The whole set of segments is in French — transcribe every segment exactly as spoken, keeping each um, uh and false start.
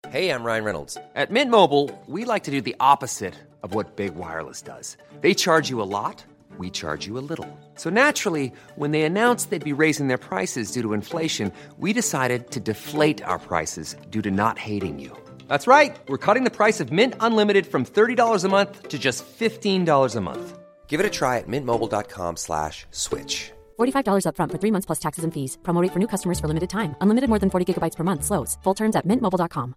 Hey, I'm Ryan Reynolds. At Mint Mobile, we like to do the opposite of what Big Wireless does. They charge you a lot, we charge you a little. So naturally, when they announced they'd be raising their prices due to inflation, we decided to deflate our prices due to not hating you. That's right. We're cutting the price of Mint Unlimited from thirty dollars a month to just fifteen dollars a month. Give it a try at mintmobile.com slash switch. forty-five dollars up front for three months plus taxes and fees. Promo rate for new customers for limited time. Unlimited more than forty gigabytes per month. Slows full terms at mint mobile dot com.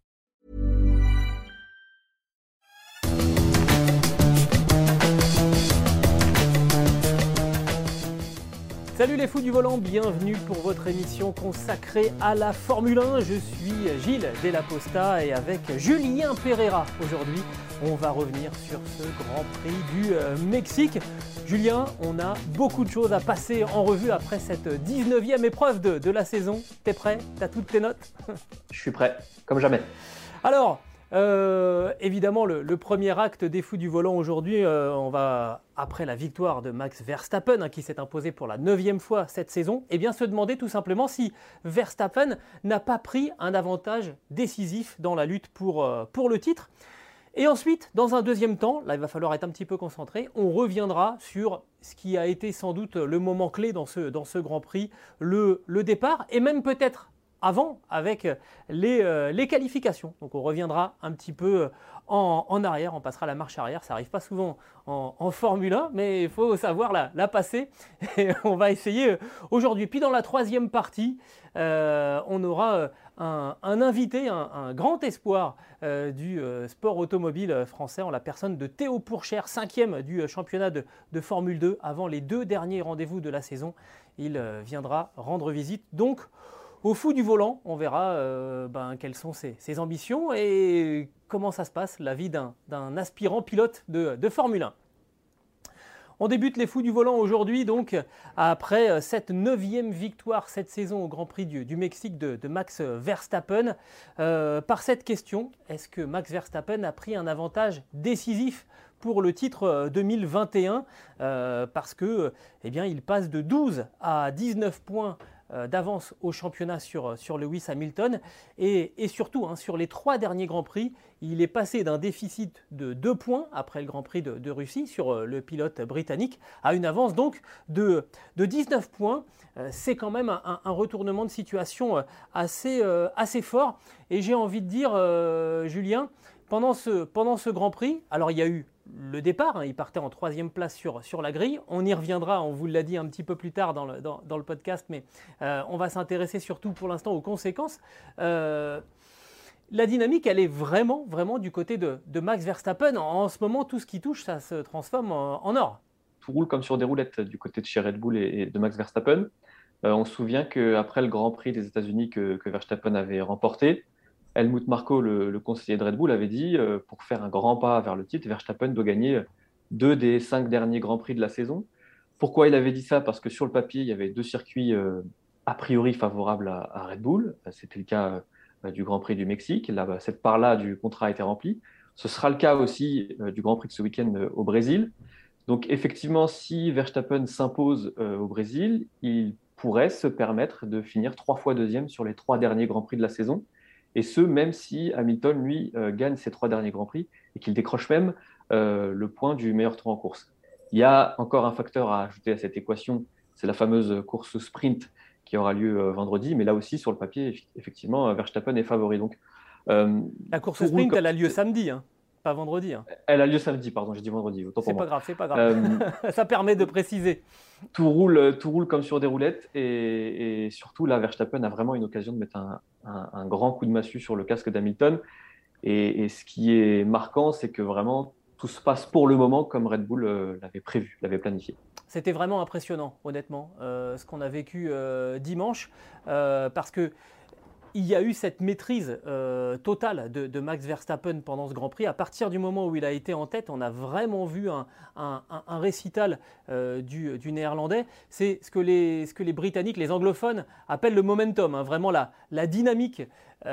Salut les fous du volant, bienvenue pour votre émission consacrée à la Formule un. Je suis Gilles Della Posta et avec Julien Pereira aujourd'hui, on va revenir sur ce Grand Prix du euh, Mexique. Julien, on a beaucoup de choses à passer en revue après cette dix-neuvième épreuve de, de la saison. T'es prêt? T'as toutes tes notes? Je suis prêt, comme jamais. Alors, euh, évidemment, le, le premier acte des fous du volant aujourd'hui, euh, on va, après la victoire de Max Verstappen, hein, qui s'est imposé pour la neuvième fois cette saison, eh bien se demander tout simplement si Verstappen n'a pas pris un avantage décisif dans la lutte pour, euh, pour le titre. Et ensuite, dans un deuxième temps, là il va falloir être un petit peu concentré, on reviendra sur ce qui a été sans doute le moment clé dans ce, dans ce Grand Prix, le, le départ, et même peut-être avant avec les, euh, les qualifications. Donc on reviendra un petit peu en, en arrière, on passera la marche arrière, ça n'arrive pas souvent en, en Formule un, mais il faut savoir la, la passer, et on va essayer aujourd'hui. Puis dans la troisième partie, euh, on aura un, un invité, un, un grand espoir euh, du euh, sport automobile français, en la personne de Théo Pourchère, cinquième du championnat de, de Formule deux, avant les deux derniers rendez-vous de la saison. Il euh, viendra rendre visite donc au fou du volant. On verra euh, ben, quelles sont ses, ses ambitions et comment ça se passe, la vie d'un, d'un aspirant pilote de, de Formule un. On débute les fous du volant aujourd'hui, donc après cette neuvième victoire cette saison au Grand Prix du, du Mexique de, de Max Verstappen, euh, par cette question: est-ce que Max Verstappen a pris un avantage décisif pour le titre deux mille vingt et un, euh, parce que, eh bien, il passe de douze à dix-neuf points d'avance au championnat sur, sur Lewis Hamilton, et, et surtout hein, sur les trois derniers Grands Prix, il est passé d'un déficit de deux points après le Grand Prix de, de Russie sur le pilote britannique à une avance donc de, de dix-neuf points. Euh, c'est quand même un, un retournement de situation assez, euh, assez fort, et j'ai envie de dire, euh, Julien, pendant ce, pendant ce Grand Prix, alors il y a eu le départ, hein, il partait en troisième place sur, sur la grille. On y reviendra, on vous l'a dit un petit peu plus tard dans le, dans, dans le podcast, mais euh, on va s'intéresser surtout pour l'instant aux conséquences. Euh, la dynamique, elle est vraiment, vraiment du côté de, de Max Verstappen. En, en ce moment, tout ce qui touche, ça se transforme en, en or. Tout roule comme sur des roulettes du côté de chez Red Bull et, et de Max Verstappen. Euh, on se souvient qu'après le Grand Prix des États-Unis que, que Verstappen avait remporté, Helmut Marko, le, le conseiller de Red Bull, avait dit euh, pour faire un grand pas vers le titre, Verstappen doit gagner deux des cinq derniers Grands Prix de la saison. Pourquoi il avait dit ça? Parce que sur le papier, il y avait deux circuits euh, a priori favorables à, à Red Bull. C'était le cas euh, du Grand Prix du Mexique. Là, bah, cette part-là du contrat a été remplie. Ce sera le cas aussi euh, du Grand Prix de ce week-end euh, au Brésil. Donc effectivement, si Verstappen s'impose euh, au Brésil, il pourrait se permettre de finir trois fois deuxième sur les trois derniers Grands Prix de la saison. Et ce, même si Hamilton, lui, euh, gagne ses trois derniers Grands Prix et qu'il décroche même euh, le point du meilleur tour en course. Il y a encore un facteur à ajouter à cette équation, c'est la fameuse course sprint qui aura lieu euh, vendredi, mais là aussi, sur le papier, effectivement, Verstappen est favori. Donc, euh, la course sprint, comme... elle a lieu samedi, hein, pas vendredi. Hein. Elle a lieu samedi, pardon, j'ai dit vendredi. Autant c'est pour pas moi. grave, c'est pas grave. Euh, Ça permet de préciser. Tout roule, tout roule comme sur des roulettes, et, et surtout, là, Verstappen a vraiment une occasion de mettre un, un, un grand coup de massue sur le casque d'Hamilton. Et, et ce qui est marquant, c'est que vraiment, tout se passe pour le moment comme Red Bull euh, l'avait prévu, l'avait planifié. C'était vraiment impressionnant, honnêtement, euh, ce qu'on a vécu euh, dimanche, euh, parce que il y a eu cette maîtrise euh, totale de, de Max Verstappen pendant ce Grand Prix. À partir du moment où il a été en tête, on a vraiment vu un, un, un récital euh, du, du néerlandais. C'est ce que, les, ce que les Britanniques, les anglophones, appellent le momentum, hein, vraiment la, la dynamique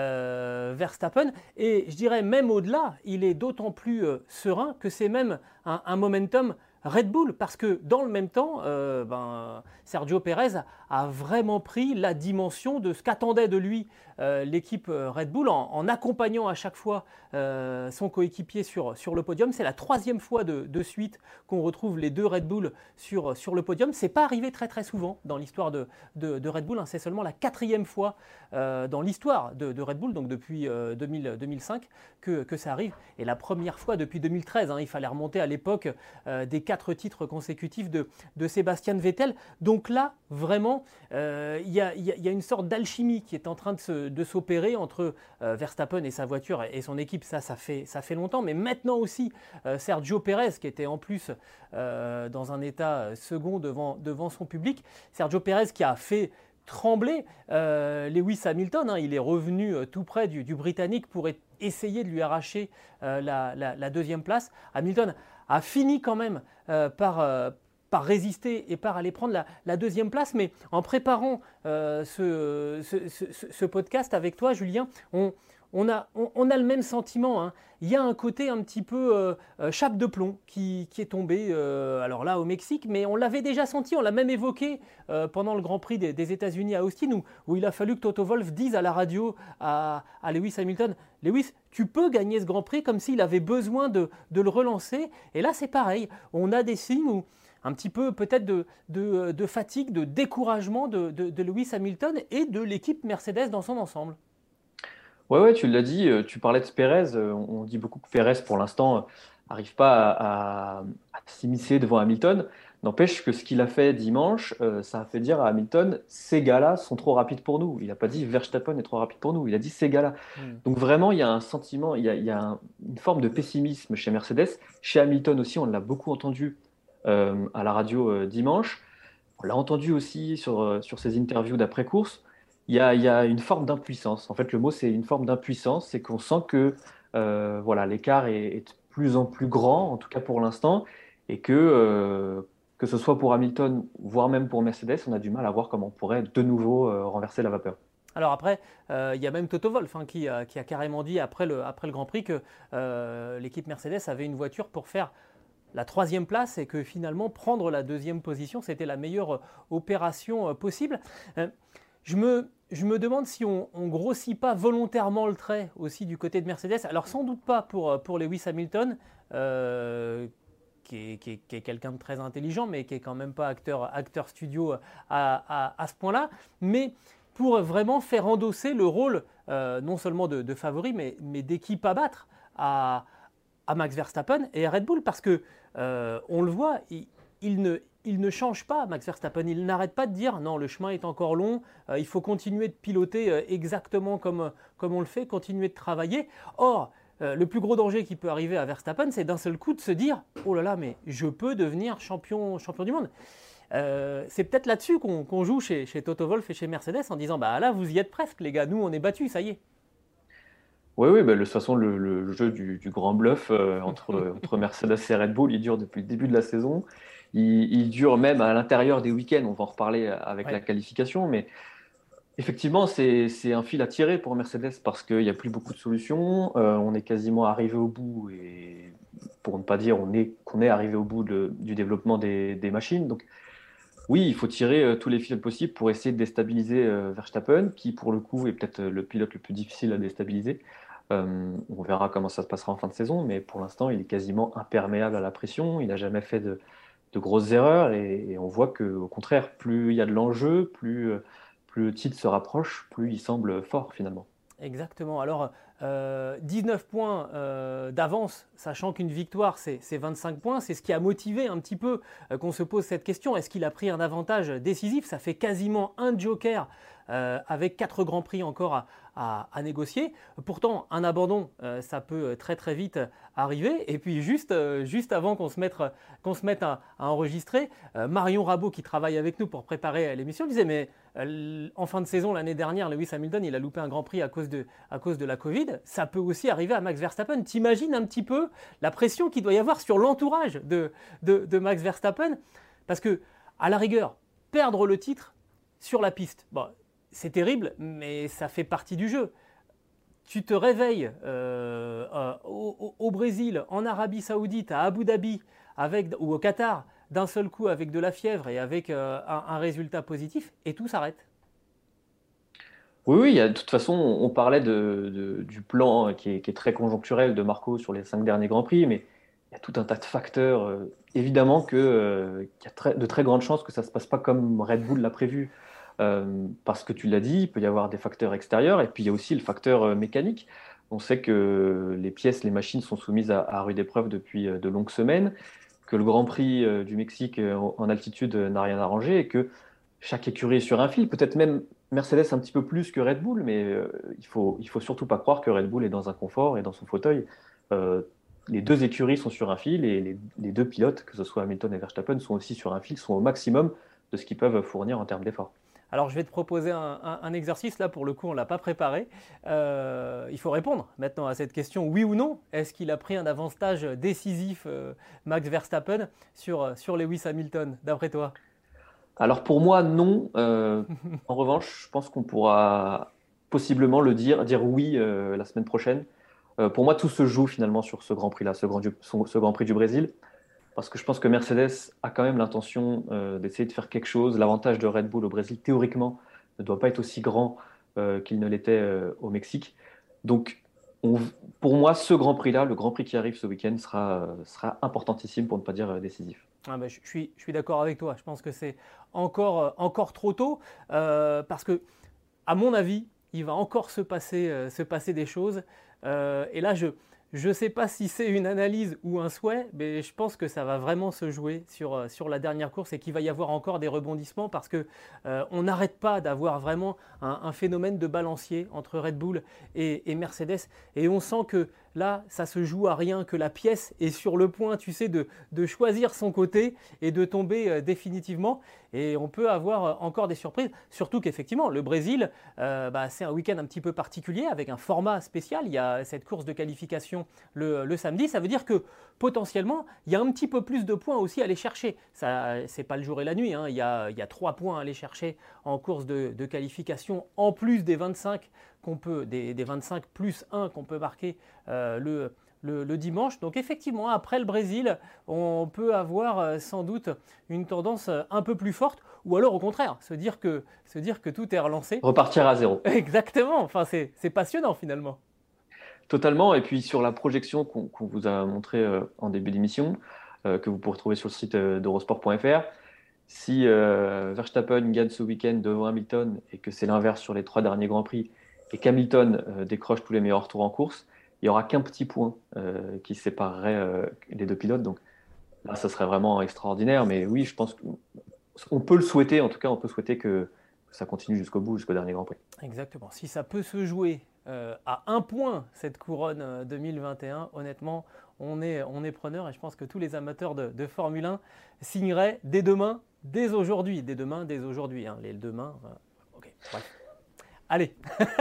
euh, Verstappen. Et je dirais même au-delà, il est d'autant plus euh, serein que c'est même un, un momentum Red Bull, parce que dans le même temps, euh, ben, Sergio Pérez a, a vraiment pris la dimension de ce qu'attendait de lui euh, l'équipe Red Bull en, en accompagnant à chaque fois euh, son coéquipier sur, sur le podium. C'est la troisième fois de, de suite qu'on retrouve les deux Red Bull sur, sur le podium. Ce n'est pas arrivé très très souvent dans l'histoire de, de, de Red Bull, hein. C'est seulement la quatrième fois euh, dans l'histoire de, de Red Bull, donc depuis euh, deux mille, deux mille cinq, que, que ça arrive. Et la première fois depuis deux mille treize, hein, il fallait remonter à l'époque euh, des quatre titres consécutifs de, de Sébastien Vettel. Donc là, vraiment, euh, il y, a, y, a, y a une sorte d'alchimie qui est en train de, se, de s'opérer entre euh, Verstappen et sa voiture et, et son équipe. Ça, ça fait, ça fait longtemps. Mais maintenant aussi, euh, Sergio Pérez, qui était en plus euh, dans un état second devant, devant son public, Sergio Pérez qui a fait trembler euh, Lewis Hamilton, hein, il est revenu euh, tout près du, du Britannique pour e- essayer de lui arracher euh, la, la, la deuxième place. Hamilton a fini quand même euh, par, euh, par résister et par aller prendre la, la deuxième place, mais en préparant euh, ce, ce, ce, ce podcast avec toi, Julien, on, on, a, on, on a le même sentiment, hein. Il y a un côté un petit peu euh, euh, chape de plomb qui, qui est tombé, euh, alors là au Mexique, mais on l'avait déjà senti, on l'a même évoqué euh, pendant le Grand Prix des, des États-Unis à Austin, où, où il a fallu que Toto Wolff dise à la radio à, à Lewis Hamilton, Lewis, tu peux gagner ce Grand Prix, comme s'il avait besoin de, de le relancer. Et là c'est pareil, on a des signes où un petit peu peut-être de, de, de fatigue, de découragement de, de, de Lewis Hamilton et de l'équipe Mercedes dans son ensemble. Ouais, ouais, tu l'as dit, euh, tu parlais de Pérez. euh, On on dit beaucoup que Pérez, pour l'instant, n'arrive pas à, à- à s'immiscer devant Hamilton. N'empêche que ce qu'il a fait dimanche, euh, ça a fait dire à Hamilton, ces gars-là sont trop rapides pour nous. Il n'a pas dit Verstappen est trop rapide pour nous, il a dit ces gars-là. Hmm. Donc vraiment, il y a un sentiment, il y a, il y a un- une forme de pessimisme chez Mercedes. Chez Hamilton aussi, on l'a beaucoup entendu euh, à la radio euh, dimanche. On l'a entendu aussi sur, euh, sur ses interviews d'après-course. Il y a, il y a une forme d'impuissance. En fait, le mot, c'est une forme d'impuissance. C'est qu'on sent que euh, voilà, l'écart est, est de plus en plus grand, en tout cas pour l'instant, et que, euh, que ce soit pour Hamilton, voire même pour Mercedes, on a du mal à voir comment on pourrait de nouveau euh, renverser la vapeur. Alors après, euh, il y a même Toto Wolff, hein, qui, a, qui a carrément dit après le, après le Grand Prix que euh, l'équipe Mercedes avait une voiture pour faire la troisième place et que finalement prendre la deuxième position, c'était la meilleure euh, opération euh, possible. Euh, je, me, je me demande si on ne grossit pas volontairement le trait aussi du côté de Mercedes. Alors sans doute pas pour, pour Lewis Hamilton, euh, qui est, qui est, qui est quelqu'un de très intelligent, mais qui n'est quand même pas acteur, acteur studio à, à, à ce point-là, mais pour vraiment faire endosser le rôle euh, non seulement de, de favori, mais, mais d'équipe à battre à, à Max Verstappen et à Red Bull, parce que euh, on le voit, il, il, ne, il ne change pas, Max Verstappen. Il n'arrête pas de dire non, le chemin est encore long, euh, il faut continuer de piloter euh, exactement comme, comme on le fait, continuer de travailler. Or, euh, le plus gros danger qui peut arriver à Verstappen, c'est d'un seul coup de se dire oh là là, mais je peux devenir champion, champion du monde. Euh, c'est peut-être là-dessus qu'on, qu'on joue chez, chez Toto Wolff et chez Mercedes en disant bah là, vous y êtes presque, les gars, nous on est battus, ça y est. Oui, oui, bah, de toute façon, le, le jeu du, du grand bluff euh, entre, entre Mercedes et Red Bull, il dure depuis le début de la saison. Il, il dure même à l'intérieur des week-ends. On va en reparler avec Ouais. la qualification. Mais effectivement, c'est, c'est un fil à tirer pour Mercedes parce qu'il n'y a plus beaucoup de solutions. Euh, on est quasiment arrivé au bout. Et pour ne pas dire on est, qu'on est arrivé au bout de- du développement des, des machines. Donc, oui, il faut tirer euh, tous les fils possibles pour essayer de déstabiliser euh, Verstappen, qui pour le coup est peut-être euh, le pilote le plus difficile à déstabiliser. Euh, on verra comment ça se passera en fin de saison, mais pour l'instant, il est quasiment imperméable à la pression. Il n'a jamais fait de, de grosses erreurs et, et on voit qu'au contraire, plus il y a de l'enjeu, plus, euh, plus le titre se rapproche, plus il semble fort finalement. Exactement. Alors, euh, dix-neuf points euh, d'avance, sachant qu'une victoire, c'est, c'est vingt-cinq points. C'est ce qui a motivé un petit peu euh, qu'on se pose cette question. Est-ce qu'il a pris un avantage décisif ? Ça fait quasiment un joker euh, avec quatre grands prix encore à, à, à négocier. Pourtant, un abandon, euh, ça peut très très vite arriver. Et puis, juste, euh, juste avant qu'on se mette, qu'on se mette à, à enregistrer, euh, Marion Rabot, qui travaille avec nous pour préparer l'émission, disait mais euh, en fin de saison l'année dernière, Lewis Hamilton, il a loupé un grand prix à cause de, à cause de la Covid. Ça peut aussi arriver à Max Verstappen. T'imagines un petit peu la pression qu'il doit y avoir sur l'entourage de, de, de Max Verstappen, parce que à la rigueur, perdre le titre sur la piste, bon, c'est terrible, mais ça fait partie du jeu. Tu te réveilles euh, euh, au, au Brésil, en Arabie Saoudite, à Abu Dhabi, avec, ou au Qatar, d'un seul coup avec de la fièvre et avec euh, un, un résultat positif, et tout s'arrête. Oui, oui, il y a- de toute façon, on parlait de, de- du plan qui est, qui est très conjoncturel de Marco sur les cinq derniers Grands Prix, mais il y a tout un tas de facteurs. euh, évidemment que, euh, qu'il y a très- de très grandes chances que ça ne se passe pas comme Red Bull l'a prévu. Euh, parce que tu l'as dit, il peut y avoir des facteurs extérieurs, et puis il y a aussi le facteur euh, mécanique. On sait que les pièces, les machines sont soumises à, à rude épreuve depuis euh, de longues semaines, que le Grand Prix euh, du Mexique euh, en en altitude euh, n'a rien arrangé, et que chaque écurie est sur un fil, peut-être même Mercedes un petit peu plus que Red Bull, mais euh, il faut, il faut surtout pas croire que Red Bull est dans un confort et dans son fauteuil. Euh, les deux écuries sont sur un fil et les, les deux pilotes, que ce soit Hamilton et Verstappen, sont aussi sur un fil, sont au maximum de ce qu'ils peuvent fournir en termes d'efforts. Alors je vais te proposer un, un- un exercice, là pour le coup on ne l'a pas préparé. Euh, il faut répondre maintenant à cette question, oui ou non. Est-ce qu'il a pris un avantage décisif, euh, Max Verstappen, sur, sur Lewis Hamilton, d'après toi? Alors pour moi, non. Euh, en revanche, je pense qu'on pourra possiblement le dire, dire oui euh, la semaine prochaine. Euh, pour moi, tout se joue finalement sur ce Grand Prix-là, ce Grand, du- ce Grand Prix du Brésil. Parce que je pense que Mercedes a quand même l'intention euh, d'essayer de faire quelque chose. L'avantage de Red Bull au Brésil, théoriquement, ne doit pas être aussi grand euh, qu'il ne l'était euh, au Mexique. Donc, on- pour moi, ce Grand Prix-là, le Grand Prix qui arrive ce week-end, sera, euh, sera importantissime, pour ne pas dire euh, décisif. Ah ben, je, je suis, je suis d'accord avec toi. Je pense que c'est encore, euh, encore trop tôt euh, parce que, à mon avis, il va encore se passer, euh, se passer des choses. Euh, et là, je ne sais pas si c'est une analyse ou un souhait, mais je pense que ça va vraiment se jouer sur, euh, sur la dernière course et qu'il va y avoir encore des rebondissements parce que euh, on n'arrête pas d'avoir vraiment un, un phénomène de balancier entre Red Bull et, et Mercedes. Et on sent que là, ça se joue à rien, que la pièce est sur le point, tu sais, de, de choisir son côté et de tomber euh, définitivement. Et on peut avoir euh, encore des surprises, surtout qu'effectivement, le Brésil, euh, bah, c'est un week-end un petit peu particulier avec un format spécial. Il y a cette course de qualification le, le samedi. Ça veut dire que potentiellement, il y a un petit peu plus de points aussi à aller chercher. Ce n'est pas le jour et la nuit, hein. Il y a, il y a trois points à aller chercher en course de, de qualification, en plus des vingt-cinq qu'on peut, des, des vingt-cinq plus un qu'on peut marquer euh, le, le, le dimanche. Donc effectivement, après le Brésil, on peut avoir euh, sans doute une tendance euh, un peu plus forte, ou alors au contraire, se dire que, se dire que tout est relancé. Repartir à zéro. Exactement, enfin c'est c'est passionnant finalement. Totalement. Et puis sur la projection qu'on qu'on vous a montrée euh, en début d'émission, euh, que vous pourrez trouver sur le site euh, d'eurosport point F R, si euh, Verstappen gagne ce week-end devant Hamilton et que c'est l'inverse sur les trois derniers Grands Prix et qu'Hamilton euh, décroche tous les meilleurs tours en course, il n'y aura qu'un petit point euh, qui séparerait euh, les deux pilotes. Donc là, ça serait vraiment extraordinaire. Mais oui, je pense qu'on peut le souhaiter. En tout cas, on peut souhaiter que, que ça continue jusqu'au bout, jusqu'au dernier Grand Prix. Exactement. Si ça peut se jouer euh, à un point, cette couronne euh, deux mille vingt et un, honnêtement, on est, on est preneur et je pense que tous les amateurs de, de Formule un signeraient dès demain, dès aujourd'hui. Dès demain, dès aujourd'hui. Hein. Les demain. Euh, ok, bref. Allez.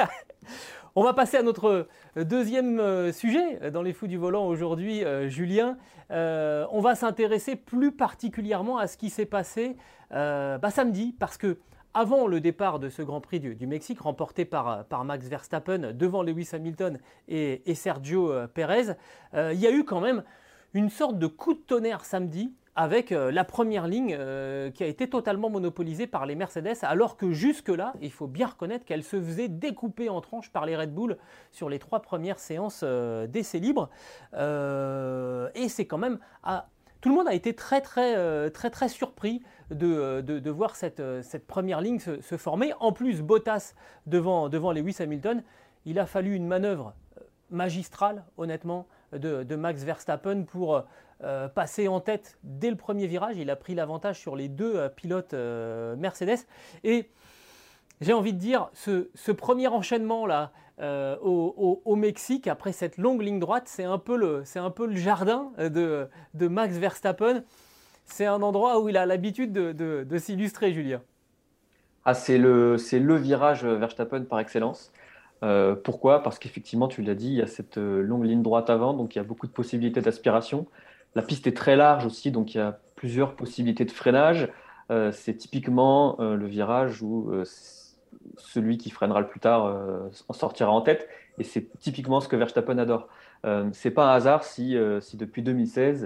On va passer à notre deuxième euh, sujet dans les fous du volant aujourd'hui, euh, Julien. Euh, on va s'intéresser plus particulièrement à ce qui s'est passé euh, bah, samedi, parce que avant le départ de ce Grand Prix du, du Mexique, remporté par, par Max Verstappen devant Lewis Hamilton et, et Sergio Pérez, euh, il y a eu quand même une sorte de coup de tonnerre samedi avec euh, la première ligne euh, qui a été totalement monopolisée par les Mercedes, alors que jusque-là, il faut bien reconnaître qu'elle se faisait découper en tranches par les Red Bull sur les trois premières séances euh, d'essais libres. Euh, et c'est quand même... À... Tout le monde a été très très très très, très surpris de, de, de voir cette, cette première ligne se, se former. En plus, Bottas devant, devant Lewis Hamilton, il a fallu une manœuvre magistrale, honnêtement, de, de Max Verstappen pour euh, passer en tête dès le premier virage. Il a pris l'avantage sur les deux euh, pilotes euh, Mercedes. Et j'ai envie de dire, ce, ce premier enchaînement-là euh, au, au, au Mexique, après cette longue ligne droite, c'est un peu le, c'est un peu le jardin de, de Max Verstappen. C'est un endroit où il a l'habitude de, de, de s'illustrer, Julien. Ah, c'est le, c'est le virage Verstappen par excellence. Euh, pourquoi? Parce qu'effectivement, tu l'as dit, il y a cette euh, longue ligne droite avant, donc il y a beaucoup de possibilités d'aspiration. La piste est très large aussi, donc il y a plusieurs possibilités de freinage. Euh, c'est typiquement euh, le virage où euh, celui qui freinera le plus tard euh, en sortira en tête, et c'est typiquement ce que Verstappen adore. Euh, c'est pas un hasard si, euh, si depuis deux mille seize,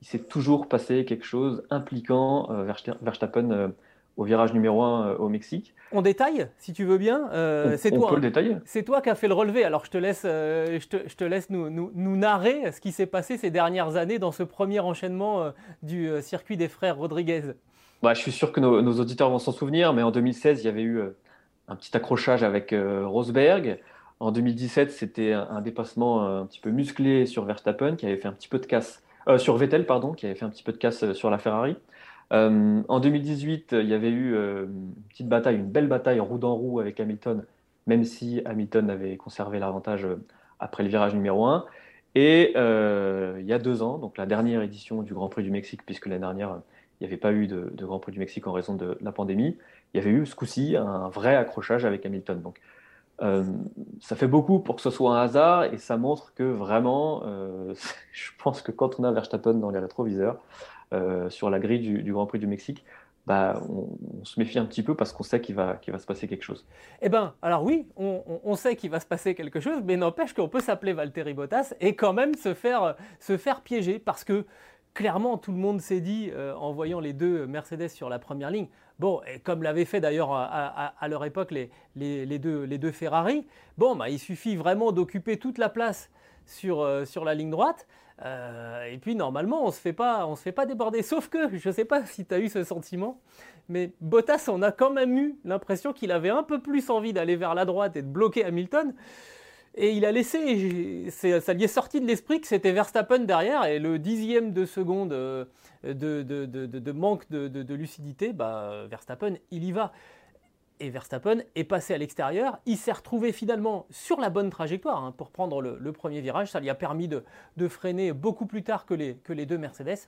il s'est toujours passé quelque chose impliquant euh, Verstappen euh, au virage numéro un euh, au Mexique. On détaille, si tu veux bien. Euh, on c'est on toi, peut hein. le détailler. C'est toi qui as fait le relevé. Alors je te laisse, euh, je te, je te laisse nous, nous, nous narrer ce qui s'est passé ces dernières années dans ce premier enchaînement euh, du euh, circuit des frères Rodriguez. Bah, je suis sûr que nos, nos auditeurs vont s'en souvenir, mais en deux mille seize, il y avait eu euh, un petit accrochage avec euh, Rosberg. En deux mille dix-sept, c'était un, un dépassement euh, un petit peu musclé sur Verstappen, qui avait fait un petit peu de casse, euh, sur Vettel, pardon, qui avait fait un petit peu de casse euh, sur la Ferrari. Euh, en deux mille dix-huit, il y avait eu euh, une petite bataille, une belle bataille roue dans roue avec Hamilton, même si Hamilton avait conservé l'avantage euh, après le virage numéro un. Et euh, il y a deux ans, donc la dernière édition du Grand Prix du Mexique, puisque l'année dernière, il n'y avait pas eu de, de Grand Prix du Mexique en raison de la pandémie, il y avait eu ce coup-ci un vrai accrochage avec Hamilton. Donc, euh, ça fait beaucoup pour que ce soit un hasard et ça montre que vraiment, euh, je pense que quand on a Verstappen dans les rétroviseurs, euh, sur la grille du, du Grand Prix du Mexique, bah, on, on se méfie un petit peu parce qu'on sait qu'il va, qu'il va se passer quelque chose. Eh bien, alors oui, on, on, on sait qu'il va se passer quelque chose, mais n'empêche qu'on peut s'appeler Valtteri Bottas et quand même se faire, se faire piéger parce que clairement, tout le monde s'est dit, euh, en voyant les deux Mercedes sur la première ligne, bon, et comme l'avaient fait d'ailleurs à, à, à leur époque les, les, les, deux, les deux Ferrari, bon, bah, il suffit vraiment d'occuper toute la place sur, euh, sur la ligne droite, euh, et puis normalement, on ne se fait pas, on se fait pas déborder. Sauf que, je ne sais pas si tu as eu ce sentiment, mais Bottas, on a quand même eu l'impression qu'il avait un peu plus envie d'aller vers la droite et de bloquer Hamilton. Et il a laissé, ça lui est sorti de l'esprit que c'était Verstappen derrière et le dixième de seconde de, de, de, de, de manque de, de, de lucidité, bah, Verstappen, il y va. Et Verstappen est passé à l'extérieur, il s'est retrouvé finalement sur la bonne trajectoire hein, pour prendre le, le premier virage, ça lui a permis de, de freiner beaucoup plus tard que les, que les deux Mercedes.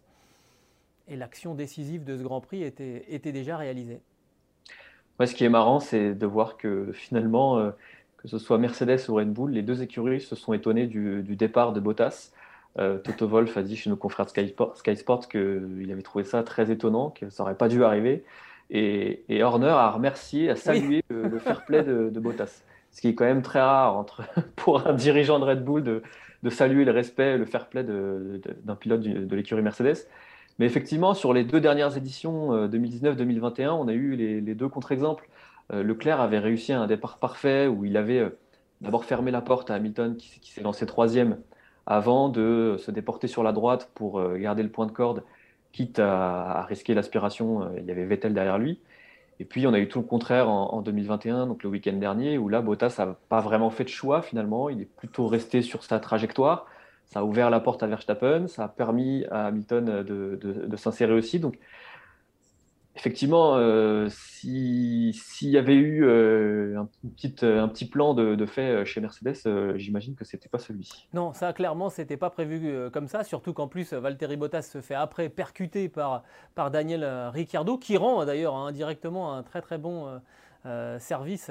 Et l'action décisive de ce Grand Prix était, était déjà réalisée. Ouais, ce qui est marrant, c'est de voir que finalement... Euh... que ce soit Mercedes ou Red Bull, les deux écuries se sont étonnés du, du départ de Bottas. Euh, Toto Wolff a dit chez nos confrères de Sky Sports, Sky Sports qu'il avait trouvé ça très étonnant, que ça n'aurait pas dû arriver. Et, et Horner a remercié, a salué oui. le, le fair play de, de Bottas. Ce qui est quand même très rare entre, pour un dirigeant de Red Bull de, de saluer le respect, le fair play de, de, d'un pilote de, de l'écurie Mercedes. Mais effectivement, sur les deux dernières éditions, deux mille dix-neuf deux mille vingt et un, on a eu les, les deux contre-exemples. Euh, Leclerc avait réussi un départ parfait où il avait euh, d'abord fermé la porte à Hamilton qui, qui s'est lancé troisième avant de se déporter sur la droite pour euh, garder le point de corde, quitte à, à risquer l'aspiration. Euh, il y avait Vettel derrière lui. Et puis on a eu tout le contraire en, en deux mille vingt et un, donc le week-end dernier, où là Bottas n'a pas vraiment fait de choix finalement. Il est plutôt resté sur sa trajectoire. Ça a ouvert la porte à Verstappen, ça a permis à Hamilton de, de, de s'insérer aussi. Donc effectivement, euh, si, s'il y avait eu euh, un, petit, un petit plan de, de fait chez Mercedes, euh, j'imagine que ce n'était pas celui-ci. Non, ça clairement, ce n'était pas prévu euh, comme ça, surtout qu'en plus, Valtteri Bottas se fait après percuter par, par Daniel Ricciardo, qui rend d'ailleurs indirectement un très très bon euh, euh, service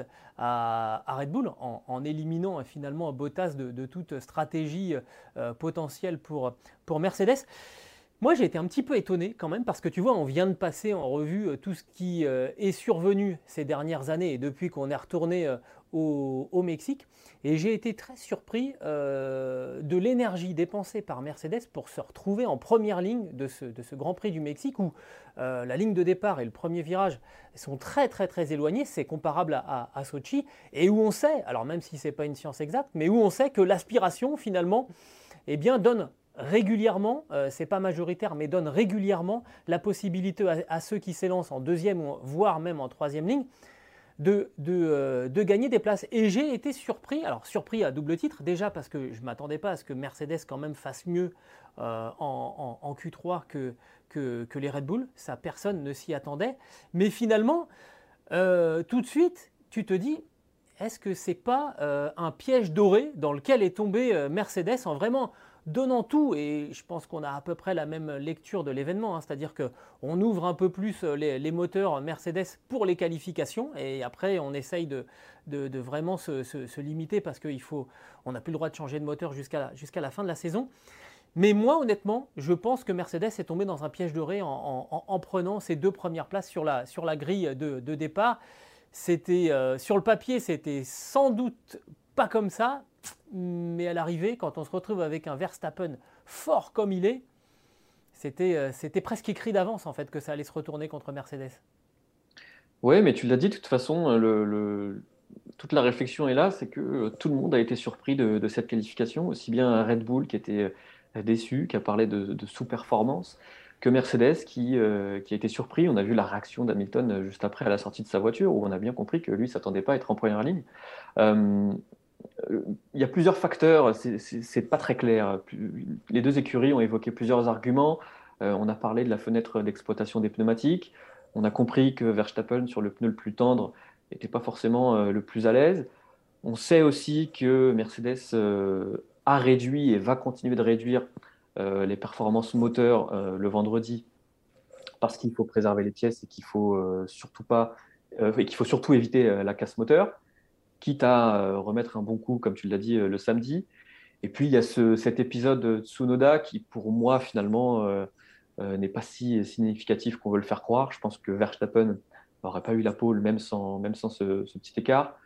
à, à Red Bull, en, en éliminant euh, finalement Bottas de, de toute stratégie euh, potentielle pour, pour Mercedes. Moi, j'ai été un petit peu étonné quand même parce que tu vois, on vient de passer en revue tout ce qui est survenu ces dernières années et depuis qu'on est retourné au, au Mexique. Et j'ai été très surpris euh, de l'énergie dépensée par Mercedes pour se retrouver en première ligne de ce, de ce Grand Prix du Mexique où euh, la ligne de départ et le premier virage sont très très très éloignés. C'est comparable à, à, à Sochi et où on sait, alors même si ce n'est pas une science exacte, mais où on sait que l'aspiration finalement eh bien, donne régulièrement, euh, c'est pas majoritaire, mais donne régulièrement la possibilité à, à ceux qui s'élancent en deuxième, voire même en troisième ligne, de, de, euh, de gagner des places. Et j'ai été surpris, alors surpris à double titre, déjà parce que je ne m'attendais pas à ce que Mercedes quand même fasse mieux euh, en, en, en Q trois que, que, que les Red Bull, ça personne ne s'y attendait, mais finalement, euh, tout de suite, tu te dis, est-ce que c'est pas euh, un piège doré dans lequel est tombé euh, Mercedes en vraiment donnant tout, et je pense qu'on a à peu près la même lecture de l'événement, hein, c'est-à-dire qu'on ouvre un peu plus les, les moteurs Mercedes pour les qualifications, et après on essaye de, de, de vraiment se, se, se limiter parce qu'on n'a plus le droit de changer de moteur jusqu'à jusqu'à la fin de la saison. Mais moi, honnêtement, je pense que Mercedes est tombé dans un piège doré en, en, en prenant ses deux premières places sur la, sur la grille de, de départ. C'était, euh, sur le papier, c'était sans doute pas comme ça, mais à l'arrivée, quand on se retrouve avec un Verstappen fort comme il est, c'était, euh, c'était presque écrit d'avance en fait que ça allait se retourner contre Mercedes. Oui, mais tu l'as dit, de toute façon, le, le- toute la réflexion est là, c'est que euh, tout le monde a été surpris de, de cette qualification, aussi bien Red Bull qui était euh, déçu, qui a parlé de, de sous-performance, que Mercedes qui, euh, qui a été surpris. On a vu la réaction d'Hamilton euh, juste après à la sortie de sa voiture, où on a bien compris que lui ne s'attendait pas à être en première ligne. Euh, euh, Il y a plusieurs facteurs, c'est c'est- c'est pas très clair. Les deux écuries ont évoqué plusieurs arguments. Euh, on a parlé de la fenêtre d'exploitation des pneumatiques. On a compris que Verstappen, sur le pneu le plus tendre, n'était pas forcément euh, le plus à l'aise. On sait aussi que Mercedes euh, a réduit et va continuer de réduire euh, les performances moteurs euh, le vendredi parce qu'il faut préserver les pièces et qu'il faut euh, surtout pas euh, et qu'il faut surtout éviter euh, la casse moteur, quitte à euh, remettre un bon coup, comme tu l'as dit, euh, le samedi. Et puis il y a ce, cet épisode de Tsunoda qui, pour moi, finalement, euh, euh, n'est pas si significatif qu'on veut le faire croire. Je pense que Verstappen n'aurait pas eu la pole même sans, même sans ce, ce petit écart.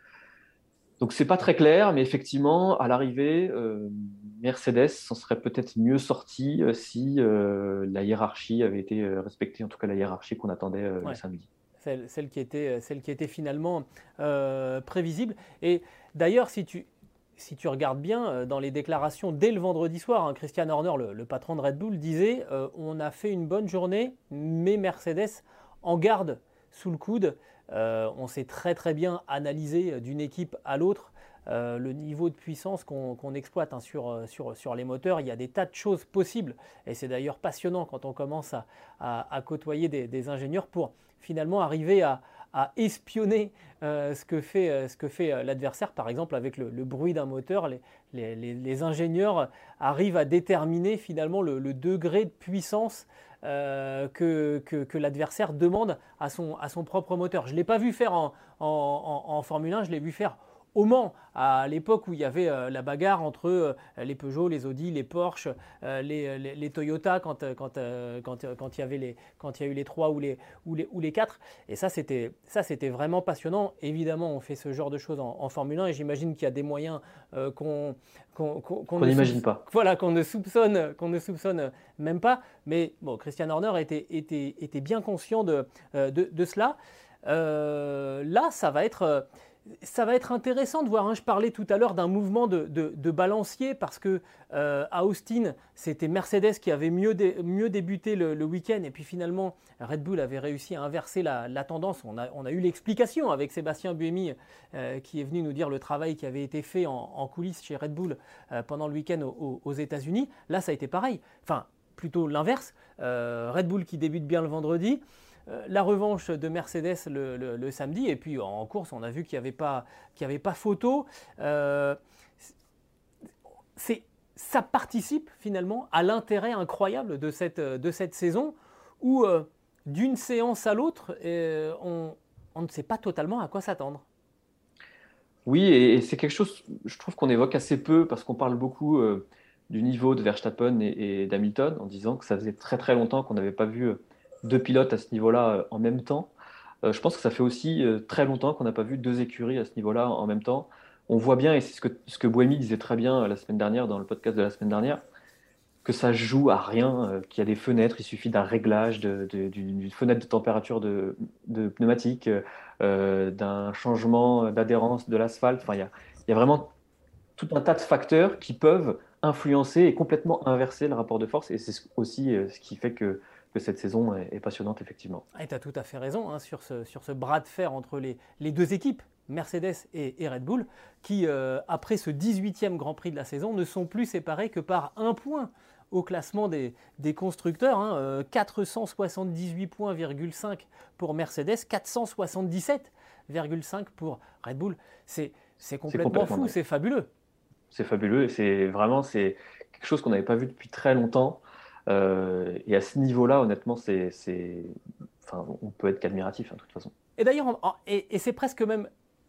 Donc c'est pas très clair, mais effectivement, à l'arrivée, euh, Mercedes s'en serait peut-être mieux sorti euh, si euh, la hiérarchie avait été euh, respectée, en tout cas la hiérarchie qu'on attendait euh, le Ouais. samedi. Celle, celle qui était, celle qui était finalement euh, prévisible. Et d'ailleurs, si tu, si tu regardes bien euh, dans les déclarations dès le vendredi soir, hein, Christian Horner, le, le patron de Red Bull, disait euh, on a fait une bonne journée, mais Mercedes en garde sous le coude. Euh, on s'est très très bien analysé d'une équipe à l'autre. Euh, le niveau de puissance qu'on qu'on exploite hein, sur, sur, sur les moteurs, il y a des tas de choses possibles. Et c'est d'ailleurs passionnant quand on commence à, à, à côtoyer des, des ingénieurs pour finalement arriver à, à espionner euh, ce que fait, euh, ce que fait euh, l'adversaire. Par exemple, avec le, le bruit d'un moteur, les, les, les, les ingénieurs arrivent à déterminer finalement le, le degré de puissance euh, que, que, que l'adversaire demande à son, à son propre moteur. Je ne l'ai pas vu faire en, en, en, en Formule un, je l'ai vu faire au Mans, à l'époque où il y avait euh, la bagarre entre euh, les Peugeot, les Audi, les Porsche, euh, les, les, les Toyota, quand, quand, euh, quand, quand, il y avait les, quand il y a eu les trois ou les, ou les, ou les quatre. Et ça, c'était, ça, c'était vraiment passionnant. Évidemment, on fait ce genre de choses en, en Formule un et j'imagine qu'il y a des moyens euh, qu'on, qu'on, qu'on, qu'on Qu'on ne n'imagine soupçonne, pas. voilà, qu'on ne soupçonne, qu'on ne soupçonne même pas. Mais bon, Christian Horner était, était, était bien conscient de, euh, de, de cela. Euh, là, ça va être... Euh, Ça va être intéressant de voir. Hein. Je parlais tout à l'heure d'un mouvement de, de, de balancier parce que euh, à Austin, c'était Mercedes qui avait mieux, dé, mieux débuté le, le week-end et puis finalement Red Bull avait réussi à inverser la, la tendance. On a, on a eu l'explication avec Sébastien Buemi euh, qui est venu nous dire le travail qui avait été fait en, en coulisses chez Red Bull euh, pendant le week-end aux, aux États-Unis. Là, ça a été pareil. Enfin, plutôt l'inverse. Euh, Red Bull qui débute bien le vendredi. La revanche de Mercedes le, le, le samedi, et puis en course, on a vu qu'il n'y avait pas, qu'il n'y avait pas photo. Euh, c'est, ça participe finalement à l'intérêt incroyable de cette, de cette saison où, euh, d'une séance à l'autre, euh, on, on ne sait pas totalement à quoi s'attendre. Oui, et, et c'est quelque chose, je trouve qu'on évoque assez peu parce qu'on parle beaucoup euh, du niveau de Verstappen et, et d'Hamilton en disant que ça faisait très très longtemps qu'on n'avait pas vu euh, deux pilotes à ce niveau-là euh, en même temps. Euh, je pense que ça fait aussi euh, très longtemps qu'on n'a pas vu deux écuries à ce niveau-là en même temps. On voit bien, et c'est ce que, ce que Buemi disait très bien euh, la semaine dernière, dans le podcast de la semaine dernière, que ça joue à rien, euh, qu'il y a des fenêtres, il suffit d'un réglage, de, de- d'une d'une fenêtre de température de, de pneumatique, euh, d'un changement d'adhérence de l'asphalte. Enfin, il y a, il y a vraiment tout un tas de facteurs qui peuvent influencer et complètement inverser le rapport de force. Et c'est ce- aussi euh, ce qui fait que, que cette saison est, est passionnante, effectivement. Et tu as tout à fait raison hein, sur, ce, sur ce bras de fer entre les, les deux équipes, Mercedes et, et Red Bull, qui, euh, après ce dix-huitième Grand Prix de la saison, ne sont plus séparés que par un point au classement des, des constructeurs. Hein, euh, quatre cent soixante-dix-huit points, cinq pour Mercedes, quatre cent soixante-dix-sept virgule cinq pour Red Bull. C'est, c'est complètement, complètement fou, dingue. c'est fabuleux. C'est fabuleux et c'est vraiment c'est quelque chose qu'on n'avait pas vu depuis très longtemps. Euh, et à ce niveau-là, honnêtement, c'est, c'est, enfin, on peut être qu'admiratif, hein, de toute façon. Et d'ailleurs, en- en- et, et c'est presque même